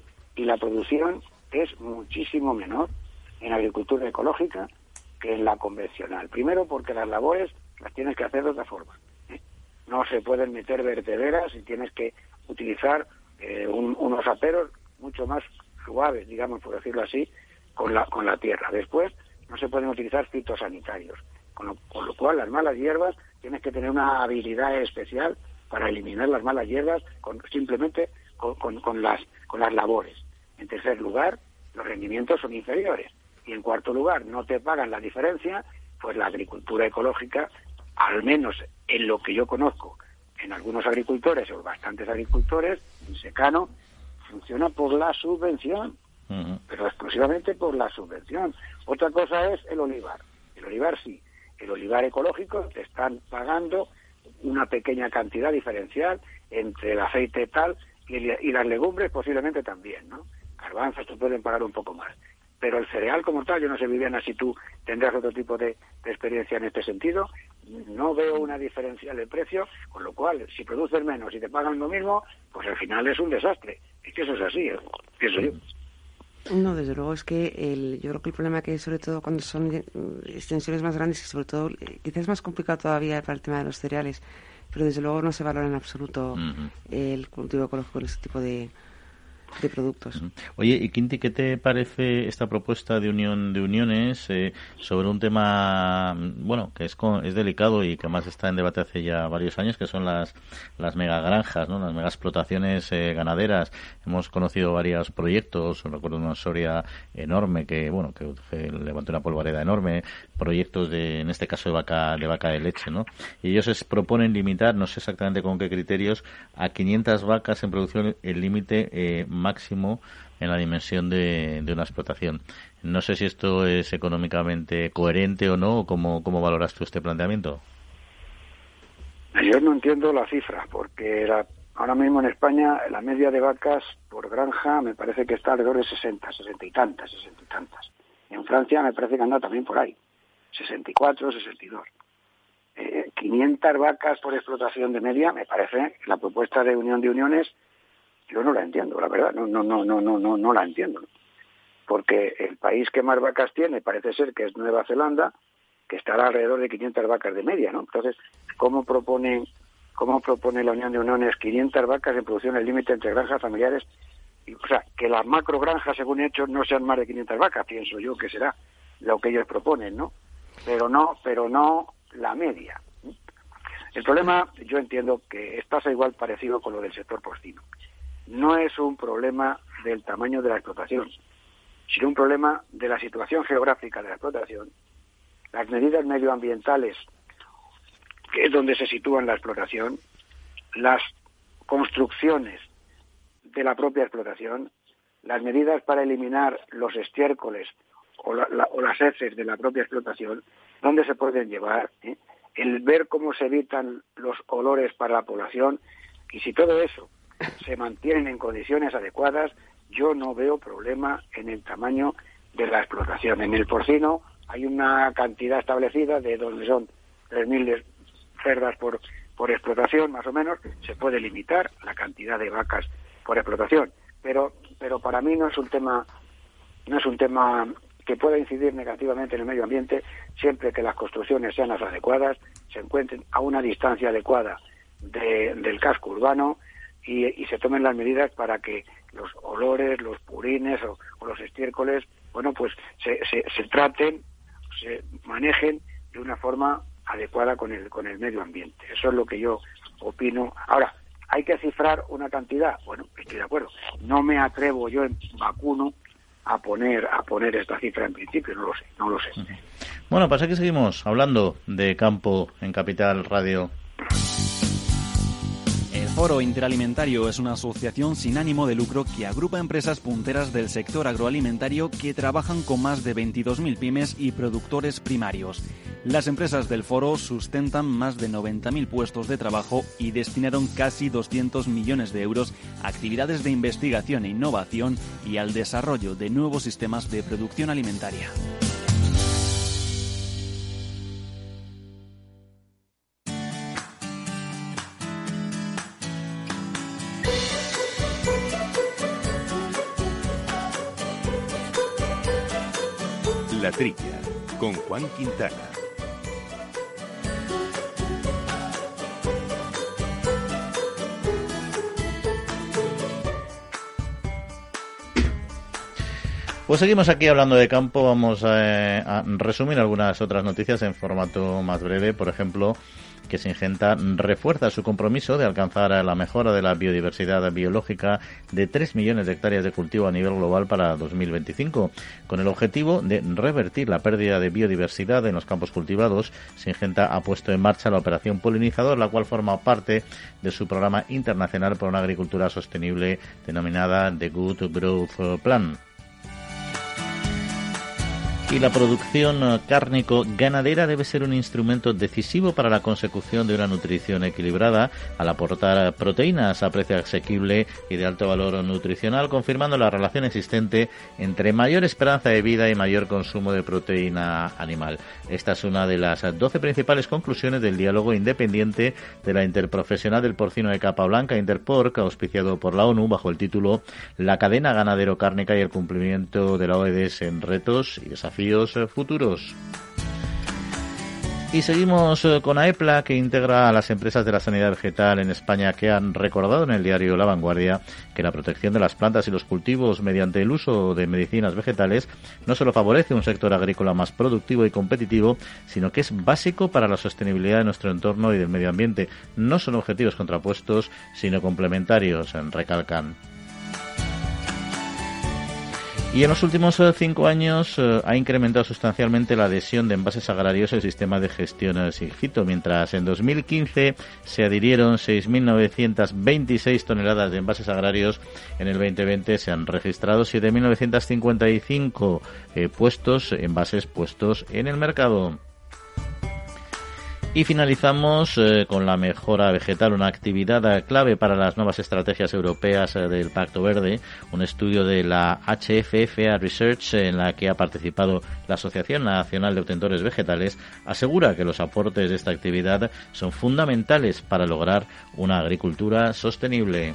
Y la producción es muchísimo menor en agricultura ecológica que en la convencional. Primero porque las labores las tienes que hacer de otra forma, ¿eh? No se pueden meter vertederas y tienes que utilizar eh, un, unos aperos mucho más suaves, digamos, por decirlo así, con la, con la tierra. Después no se pueden utilizar fitosanitarios, con lo, con lo cual las malas hierbas tienes que tener una habilidad especial para eliminar las malas hierbas con, simplemente con, con, con, las, con las labores. En tercer lugar, los rendimientos son inferiores. Y en cuarto lugar, no te pagan la diferencia, pues la agricultura ecológica, al menos en lo que yo conozco, en algunos agricultores o bastantes agricultores, en secano, funciona por la subvención, uh-huh. pero exclusivamente por la subvención. Otra cosa es el olivar. El olivar sí, el olivar ecológico te están pagando una pequeña cantidad diferencial entre el aceite tal y, y las legumbres posiblemente también, ¿no? Garbanzos te pueden pagar un poco más. Pero el cereal como tal, yo no sé, Viviana, si tú tendrás otro tipo de, de experiencia en este sentido, no veo una diferencia de precio, con lo cual, si produces menos y te pagan lo mismo, pues al final es un desastre. Es que eso es así, ¿eh? Pienso yo. No, desde luego es que el, yo creo que el problema que sobre todo cuando son extensiones más grandes y sobre todo quizás es más complicado todavía para el tema de los cereales, pero desde luego no se valora en absoluto uh-huh. el cultivo ecológico en este tipo de, de productos. Oye, y Quinti, ¿qué te parece esta propuesta de unión de uniones eh, sobre un tema, bueno, que es con, es delicado y que además está en debate hace ya varios años, que son las las megagranjas, ¿no? Las megaexplotaciones eh, ganaderas? Hemos conocido varios proyectos, recuerdo una Soria enorme que, bueno, que, que levantó una polvareda enorme, proyectos de, en este caso de vaca de vaca de leche, ¿no? Y ellos se proponen limitar, no sé exactamente con qué criterios, a quinientas vacas en producción el límite eh, máximo en la dimensión de, de una explotación. No sé si esto es económicamente coherente o no, o cómo, cómo valoras tú este planteamiento. Yo no entiendo la cifra, porque la, ahora mismo en España la media de vacas por granja me parece que está alrededor de sesenta, sesenta y tantas, sesenta y tantas. En Francia me parece que anda también por ahí, sesenta y cuatro, sesenta y dos. Eh, quinientas vacas por explotación de media, me parece, la propuesta de Unión de Uniones, yo no la entiendo, la verdad, no, no, no, no, no, no, no la entiendo. Porque el país que más vacas tiene parece ser que es Nueva Zelanda, que estará alrededor de quinientas vacas de media, ¿no? Entonces, ¿cómo propone, cómo propone la Unión de Uniones quinientas vacas en producción el límite entre granjas familiares? Y, o sea, que las macrogranjas, según hechos, no sean más de quinientas vacas, pienso yo que será lo que ellos proponen, ¿no? Pero no, pero no la media. El problema, yo entiendo que pasa igual parecido con lo del sector porcino. No es un problema del tamaño de la explotación, sino un problema de la situación geográfica de la explotación, las medidas medioambientales, que es donde se sitúa la explotación, las construcciones de la propia explotación, las medidas para eliminar los estiércoles o, la, la, o las heces de la propia explotación, dónde se pueden llevar, ¿eh? el ver cómo se evitan los olores para la población, y si todo eso se mantienen en condiciones adecuadas, yo no veo problema en el tamaño de la explotación. En el porcino hay una cantidad establecida de donde son tres mil cerdas por, por explotación, más o menos, se puede limitar la cantidad de vacas por explotación, pero pero para mí no es un tema no es un tema que pueda incidir negativamente en el medio ambiente, siempre que las construcciones sean las adecuadas, se encuentren a una distancia adecuada de, del casco urbano y, y se tomen las medidas para que los olores, los purines o, o los estiércoles, bueno, pues se, se, se traten, se manejen de una forma adecuada con el con el medio ambiente. Eso es lo que yo opino. Ahora, ¿hay que cifrar una cantidad? Bueno, estoy de acuerdo. No me atrevo yo en vacuno a poner a poner esta cifra en principio, no lo sé, no lo sé. Bueno, pasa que seguimos hablando de campo en Capital Radio. El Foro Interalimentario es una asociación sin ánimo de lucro que agrupa empresas punteras del sector agroalimentario que trabajan con más de veintidós mil pymes y productores primarios. Las empresas del foro sustentan más de noventa mil puestos de trabajo y destinaron casi doscientos millones de euros a actividades de investigación e innovación y al desarrollo de nuevos sistemas de producción alimentaria. La Trilla, con Juan Quintana. Pues seguimos aquí hablando de campo. Vamos a, a resumir algunas otras noticias en formato más breve. Por ejemplo, que Syngenta refuerza su compromiso de alcanzar la mejora de la biodiversidad biológica de tres millones de hectáreas de cultivo a nivel global para dos mil veinticinco. Con el objetivo de revertir la pérdida de biodiversidad en los campos cultivados, Syngenta ha puesto en marcha la operación Polinizador, la cual forma parte de su programa internacional por una agricultura sostenible denominada The Good Growth Plan. Y la producción cárnico-ganadera debe ser un instrumento decisivo para la consecución de una nutrición equilibrada al aportar proteínas a precio asequible y de alto valor nutricional, confirmando la relación existente entre mayor esperanza de vida y mayor consumo de proteína animal. Esta es una de las doce principales conclusiones del diálogo independiente de la Interprofesional del Porcino de Capa Blanca, Interporc, auspiciado por la ONU bajo el título La cadena ganadero-cárnica y el cumplimiento de la O E D S en retos y desafíos futuros. Y seguimos con AEPLA, que integra a las empresas de la sanidad vegetal en España, que han recordado en el diario La Vanguardia que la protección de las plantas y los cultivos mediante el uso de medicinas vegetales no solo favorece un sector agrícola más productivo y competitivo, sino que es básico para la sostenibilidad de nuestro entorno y del medio ambiente. No son objetivos contrapuestos, sino complementarios, recalcan. Y en los últimos cinco años eh, ha incrementado sustancialmente la adhesión de envases agrarios al sistema de gestión SIGFITO, mientras en dos mil quince se adhirieron seis mil novecientas veintiséis toneladas de envases agrarios. En el veinte veinte se han registrado siete mil novecientos cincuenta y cinco eh, puestos, envases puestos en el mercado. Y finalizamos eh, con la mejora vegetal, una actividad clave para las nuevas estrategias europeas eh, del Pacto Verde. Un estudio de la H F F A Research, en la que ha participado la Asociación Nacional de Obtentores Vegetales, asegura que los aportes de esta actividad son fundamentales para lograr una agricultura sostenible.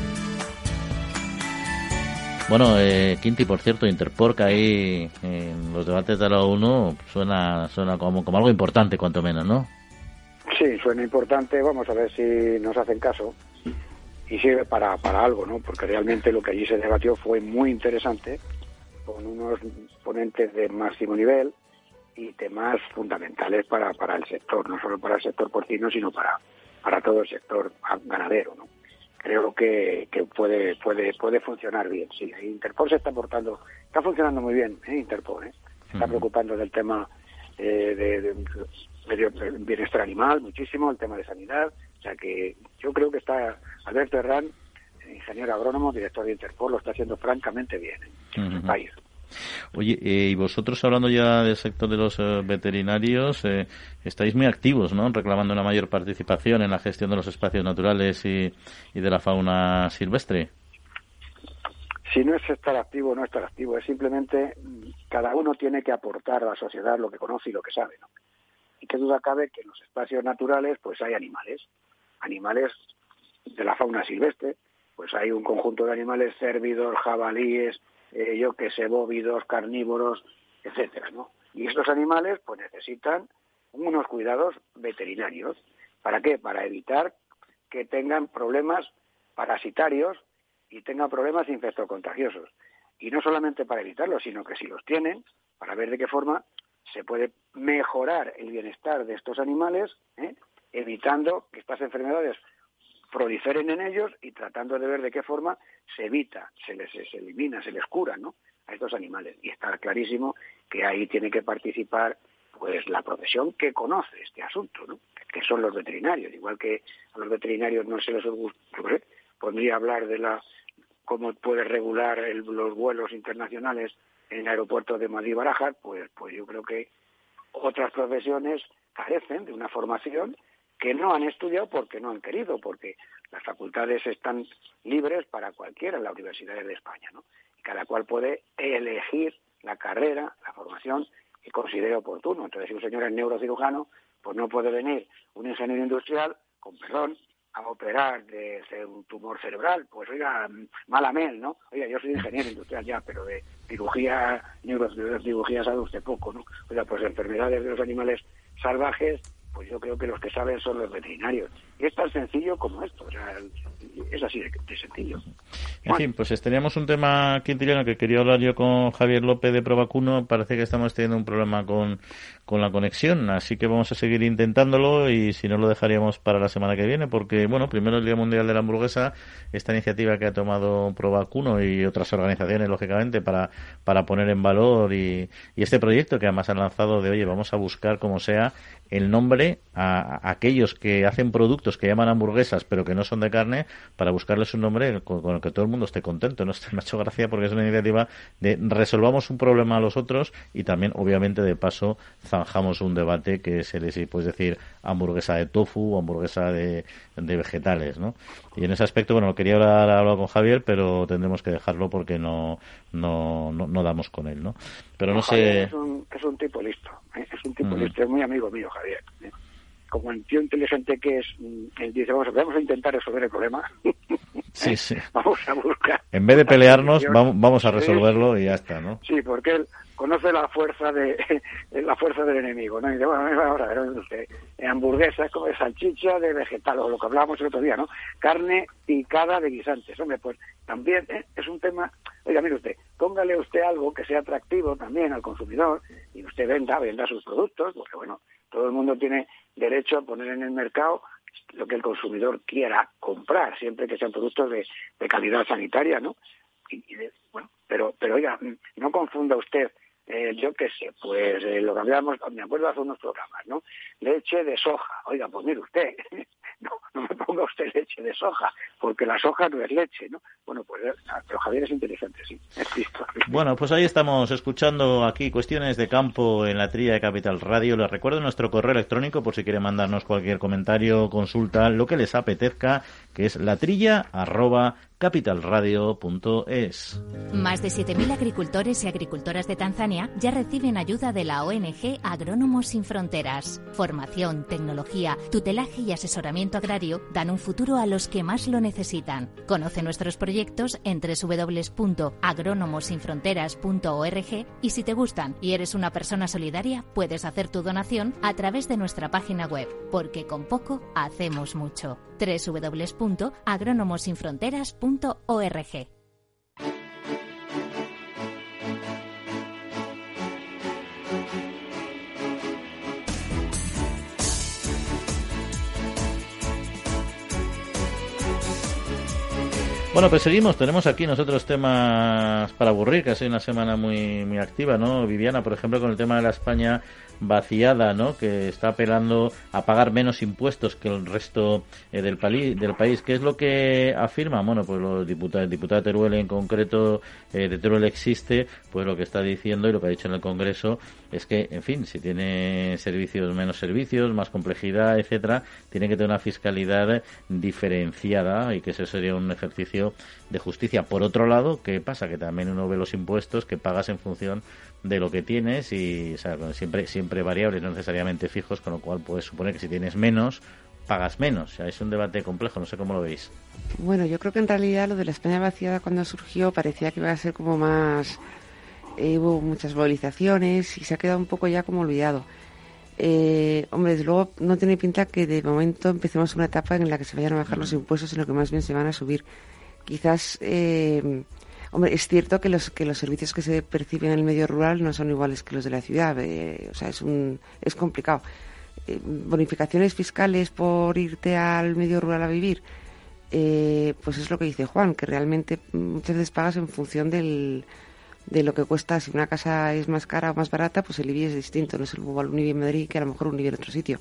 Bueno, eh, Quinti, por cierto, Interporc ahí en los debates de la ONU suena, suena como, como algo importante, cuanto menos, ¿no? Sí, suena importante. Vamos a ver si nos hacen caso y sirve para, para algo, ¿no? Porque realmente lo que allí se debatió fue muy interesante, con unos ponentes de máximo nivel y temas fundamentales para, para el sector, no solo para el sector porcino, sino para, para todo el sector ganadero, ¿no? Creo que, que puede puede puede funcionar bien. Sí, Interporc se está portando, está funcionando muy bien, ¿eh? Interporc, ¿eh? Se está preocupando del tema eh, de, de, de bienestar animal muchísimo, el tema de sanidad. O sea que yo creo que está Alberto Herrán, ingeniero agrónomo, director de Interporc, lo está haciendo francamente bien, ¿eh? En el país. Oye, eh, y vosotros, hablando ya del sector de los eh, veterinarios, eh, estáis muy activos, ¿no?, reclamando una mayor participación en la gestión de los espacios naturales y, y de la fauna silvestre. Si no es estar activo, no estar activo, es simplemente cada uno tiene que aportar a la sociedad lo que conoce y lo que sabe, ¿no? Y qué duda cabe que en los espacios naturales pues hay animales, animales de la fauna silvestre. Pues hay un conjunto de animales, cérvidos, jabalíes, eh, yo que sé, bóvidos, carnívoros, etcétera, ¿no? Y estos animales pues necesitan unos cuidados veterinarios. ¿Para qué? Para evitar que tengan problemas parasitarios y tengan problemas infectocontagiosos. Y no solamente para evitarlos, sino que si los tienen, para ver de qué forma se puede mejorar el bienestar de estos animales, ¿eh? evitando que estas enfermedades proliferen en ellos y tratando de ver de qué forma se evita, se les se elimina, se les cura, ¿no?, a estos animales. Y está clarísimo que ahí tiene que participar pues la profesión que conoce este asunto, ¿no?, que son los veterinarios. Igual que a los veterinarios no se les ocurre, podría hablar de la cómo puede regular el, los vuelos internacionales en el aeropuerto de Madrid-Barajas, pues, pues yo creo que otras profesiones carecen de una formación que no han estudiado porque no han querido, porque las facultades están libres para cualquiera en las universidades de España, ¿no? Y cada cual puede elegir la carrera, la formación que considere oportuno. Entonces, si un señor es neurocirujano, pues no puede venir un ingeniero industrial, con perdón, a operar de, de un tumor cerebral. Pues oiga, malamel, ¿no? Oiga, yo soy ingeniero industrial ya, pero de cirugía, neurocirugía sabe usted poco, ¿no? Oiga, pues enfermedades de los animales salvajes, pues yo creo que los que saben son los veterinarios. Y es tan sencillo como esto, o sea, es así de, de sencillo. En bueno. fin, pues teníamos un tema quintiliano que quería hablar yo con Javier López de Provacuno. Parece que estamos teniendo un problema con, con la conexión, así que vamos a seguir intentándolo y si no lo dejaríamos para la semana que viene, porque, bueno, primero el Día Mundial de la Hamburguesa, esta iniciativa que ha tomado Provacuno y otras organizaciones, lógicamente, para, para poner en valor y, y este proyecto que además han lanzado de, oye, vamos a buscar como sea el nombre a, a aquellos que hacen productos que llaman hamburguesas pero que no son de carne, para buscarles un nombre con, con el que todo el mundo esté contento, ¿no? Me ha hecho gracia porque es una iniciativa de resolvamos un problema a los otros y también, obviamente, de paso zanjamos un debate que se les puede decir hamburguesa de tofu o hamburguesa de, de vegetales, ¿no? Y en ese aspecto, bueno, quería hablar, hablar con Javier, pero tendremos que dejarlo porque no no no, no damos con él, ¿no? Pero no, no sé... Es un, es un tipo listo, ¿eh? Es un tipo mm. listo, es muy amigo mío, Javier, ¿eh? Como el tío inteligente que es, él dice, vamos, vamos a intentar resolver el problema. Sí, sí. Vamos a buscar. En vez de pelearnos, vamos, vamos a resolverlo y ya está, ¿no? Sí, porque él conoce la fuerza de la fuerza del enemigo, ¿no? Y dice, bueno, vamos a ver, usted, hamburguesa es como de salchicha de vegetal, o lo que hablábamos el otro día, ¿no? Carne picada de guisantes. Hombre, pues también ¿eh? es un tema... Oiga, mire usted, póngale usted algo que sea atractivo también al consumidor y usted venda, venda sus productos, porque, bueno, todo el mundo tiene derecho a poner en el mercado lo que el consumidor quiera comprar, siempre que sean productos de, de calidad sanitaria, ¿no? Y, y de, bueno, pero, pero oiga, no confunda usted, eh, yo qué sé, pues eh, lo que hablábamos, me acuerdo hace unos programas, ¿no? Leche de soja. Oiga, pues mire usted, no, no me ponga usted leche de soja, porque la soja no es leche, ¿no? Bueno, pues, pero Javier es inteligente, sí, es listo. Bueno, pues ahí estamos escuchando aquí cuestiones de campo en la trilla de Capital Radio. Les recuerdo nuestro correo electrónico por si quieren mandarnos cualquier comentario, consulta, lo que les apetezca, que es latrilla arroba capitalradio punto es. Más de siete mil agricultores y agricultoras de Tanzania ya reciben ayuda de la O N G Agrónomos Sin Fronteras. Formación, tecnología, tutelaje y asesoramiento agrario dan un futuro a los que más lo necesitan. Conoce nuestros proyectos en doble u doble u doble u punto agrónomos sin fronteras punto org y si te gustan y eres una persona solidaria, puedes hacer tu donación a través de nuestra página web, porque con poco hacemos mucho. doble u doble u doble u punto agrónomos sin fronteras punto org. Bueno, pues seguimos, tenemos aquí nosotros temas para aburrir, que ha sido una semana muy muy activa, ¿no? Viviana, por ejemplo, con el tema de la España vaciada, ¿no? Que está apelando a pagar menos impuestos que el resto eh, del, pali- del país. ¿Qué es lo que afirma? Bueno, pues los diputados, el diputado Teruel en concreto, eh, de Teruel existe, pues lo que está diciendo y lo que ha dicho en el Congreso es que, en fin, si tiene servicios, menos servicios, más complejidad, etcétera, tiene que tener una fiscalidad diferenciada y que ese sería un ejercicio de justicia. Por otro lado, ¿qué pasa? Que también uno ve los impuestos que pagas en función de lo que tienes y, o sea, siempre siempre variables, no necesariamente fijos, con lo cual puedes suponer que si tienes menos, pagas menos. O sea, es un debate complejo, no sé cómo lo veis. Bueno, yo creo que en realidad lo de la España vaciada cuando surgió parecía que iba a ser como más... Eh, hubo muchas movilizaciones y se ha quedado un poco ya como olvidado. Eh, hombre, desde luego no tiene pinta que de momento empecemos una etapa en la que se vayan a bajar los impuestos, sino que más bien se van a subir. Quizás, eh, hombre, es cierto que los que los servicios que se perciben en el medio rural no son iguales que los de la ciudad. Eh, o sea, es un es complicado. Eh, bonificaciones fiscales por irte al medio rural a vivir, eh, pues es lo que dice Juan, que realmente muchas veces pagas en función del de lo que cuesta. Si una casa es más cara o más barata, pues el I B I es distinto, no es igual un I B I en Madrid que a lo mejor un I B I en otro sitio.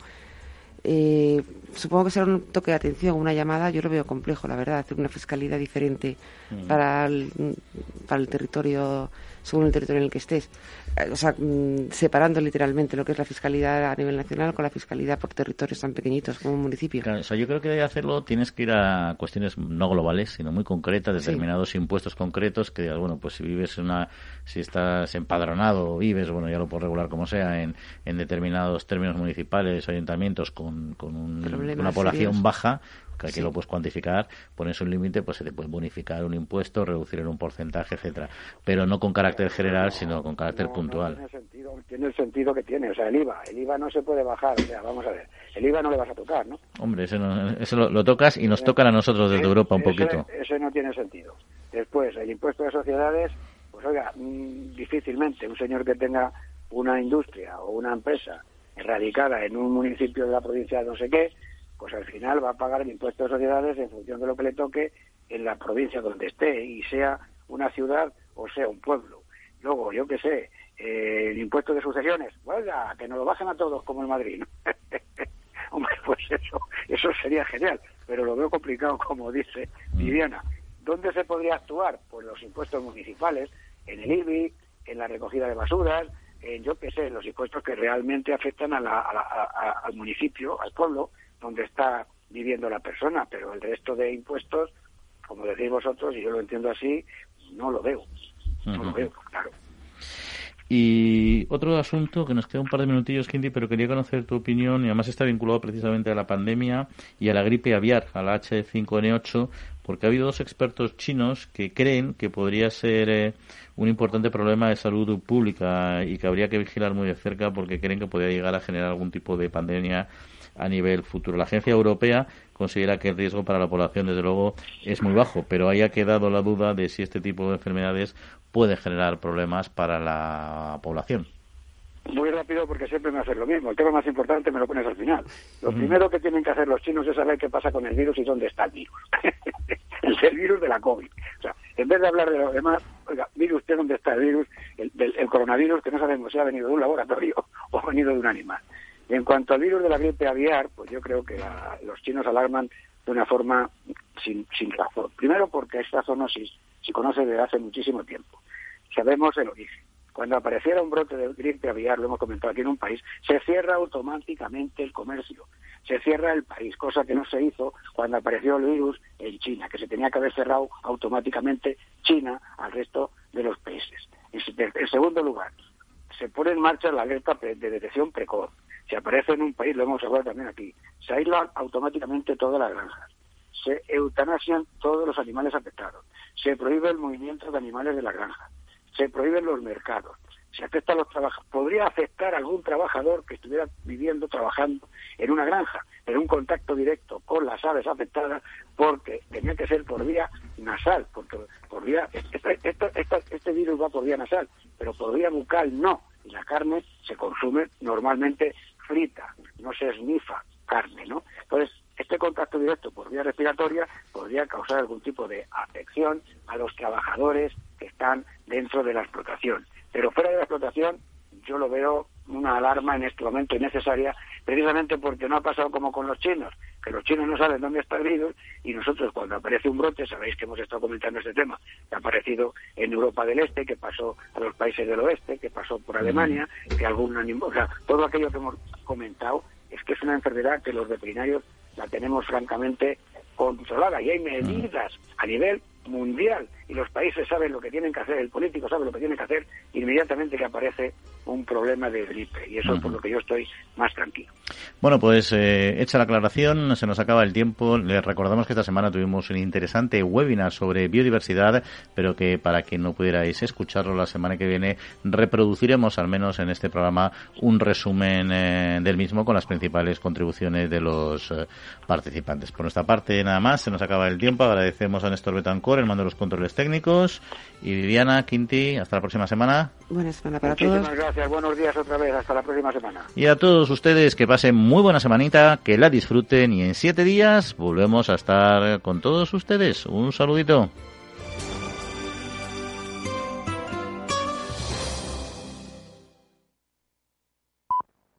Eh, supongo que será un toque de atención, una llamada. Yo lo veo complejo, la verdad, hacer una fiscalidad diferente mm. para, el, para el territorio, según el territorio en el que estés. Eh, o sea, mm, separando literalmente lo que es la fiscalidad a nivel nacional con la fiscalidad por territorios tan pequeñitos como un municipio. Claro, o sea, yo creo que de hacerlo tienes que ir a cuestiones no globales, sino muy concretas, determinados sí. impuestos concretos que digas, bueno, pues si vives en una, si estás empadronado o vives, bueno, ya lo puedo regular como sea, en, en determinados términos municipales, ayuntamientos con con un, una población serios. baja, que aquí sí. lo puedes cuantificar, pones un límite, pues se te puede bonificar un impuesto, reducir en un porcentaje, etcétera, pero no con carácter general, sino con carácter no, puntual. No tiene sentido, tiene el sentido que tiene, o sea, el I V A, el I V A no se puede bajar, o sea, vamos a ver, el I V A no le vas a tocar, ¿no? Hombre, eso, no, eso lo, lo tocas y nos eh, tocan a nosotros desde eh, Europa un ese, poquito. Eso no tiene sentido. Después, el impuesto de sociedades, pues oiga, mmm, difícilmente un señor que tenga una industria o una empresa radicada en un municipio de la provincia de no sé qué, pues al final va a pagar el impuesto de sociedades en función de lo que le toque en la provincia donde esté, y sea una ciudad o sea un pueblo. Luego, yo qué sé, eh, el impuesto de sucesiones, vaya, que nos lo bajen a todos como en Madrid, ¿no? Hombre, pues eso, eso sería genial, pero lo veo complicado, como dice Viviana. ¿Dónde se podría actuar? Pues los impuestos municipales, en el I B I, en la recogida de basuras, Eh, yo qué sé, los impuestos que realmente afectan a la, a la, a, al municipio, al pueblo, donde está viviendo la persona, pero el resto de impuestos, como decís vosotros, y yo lo entiendo así, no lo veo, no uh-huh. lo veo, claro. Y otro asunto que nos queda un par de minutillos, Quinti, pero quería conocer tu opinión, y además está vinculado precisamente a la pandemia y a la gripe aviar, a la H cinco N ocho, porque ha habido dos expertos chinos que creen que podría ser eh, un importante problema de salud pública y que habría que vigilar muy de cerca porque creen que podría llegar a generar algún tipo de pandemia a nivel futuro. La agencia europea considera que el riesgo para la población, desde luego, es muy bajo, pero ahí ha quedado la duda de si este tipo de enfermedades puede generar problemas para la población. Muy rápido, porque siempre me haces lo mismo. El tema más importante me lo pones al final. Lo mm. primero que tienen que hacer los chinos es saber qué pasa con el virus y dónde está el virus. el, el virus de la COVID. O sea, en vez de hablar de lo demás, oiga, mire usted dónde está el virus, el, el, el coronavirus, que no sabemos si ha venido de un laboratorio o ha venido de un animal. Y en cuanto al virus de la gripe aviar, pues yo creo que la, los chinos alarman de una forma sin, sin razón. Primero porque esta zoonosis se conoce desde hace muchísimo tiempo. Sabemos el origen. Cuando apareciera un brote de gripe aviar, lo hemos comentado aquí en un país, se cierra automáticamente el comercio, se cierra el país, cosa que no se hizo cuando apareció el virus en China, que se tenía que haber cerrado automáticamente China al resto de los países. En segundo lugar, se pone en marcha la alerta de detección precoz. Si aparece en un país, lo hemos hablado también aquí, se aíslan automáticamente todas las granjas, se eutanasian todos los animales afectados, se prohíbe el movimiento de animales de la granja, se prohíben los mercados, se afecta a los trabajadores. Podría afectar a algún trabajador que estuviera viviendo, trabajando en una granja, en un contacto directo con las aves afectadas, porque tenía que ser por vía nasal, porque por vía este, este, este, este virus va por vía nasal, pero por vía bucal no, y la carne se consume normalmente frita, no se esnifa carne, ¿no? Entonces, este contacto directo por vía respiratoria podría causar algún tipo de afección a los trabajadores que están dentro de la explotación. Pero fuera de la explotación, yo lo veo una alarma en este momento innecesaria, precisamente porque no ha pasado como con los chinos, que los chinos no saben dónde está el virus, y nosotros cuando aparece un brote, sabéis que hemos estado comentando este tema, que ha aparecido en Europa del Este, que pasó a los países del Oeste, que pasó por Alemania, que algún animal, o sea, todo aquello que hemos comentado es que es una enfermedad que los veterinarios la tenemos francamente controlada, y hay medidas a nivel mundial y los países saben lo que tienen que hacer, el político sabe lo que tiene que hacer, inmediatamente que aparece un problema de gripe. Y eso uh-huh. es por lo que yo estoy más tranquilo. Bueno, pues eh, hecha la aclaración, se nos acaba el tiempo. Les recordamos que esta semana tuvimos un interesante webinar sobre biodiversidad, pero que para quien no pudierais escucharlo la semana que viene, reproduciremos al menos en este programa un resumen eh, del mismo con las principales contribuciones de los eh, participantes. Por nuestra parte, nada más, se nos acaba el tiempo. Agradecemos a Néstor Betancor, el mando de los controles técnicos, y Viviana Quinti, hasta la próxima semana. Buena semana para Muchísimas todos. gracias, buenos días otra vez, hasta la próxima semana. Y a todos ustedes que pasen muy buena semanita, que la disfruten, y en siete días volvemos a estar con todos ustedes. Un saludito.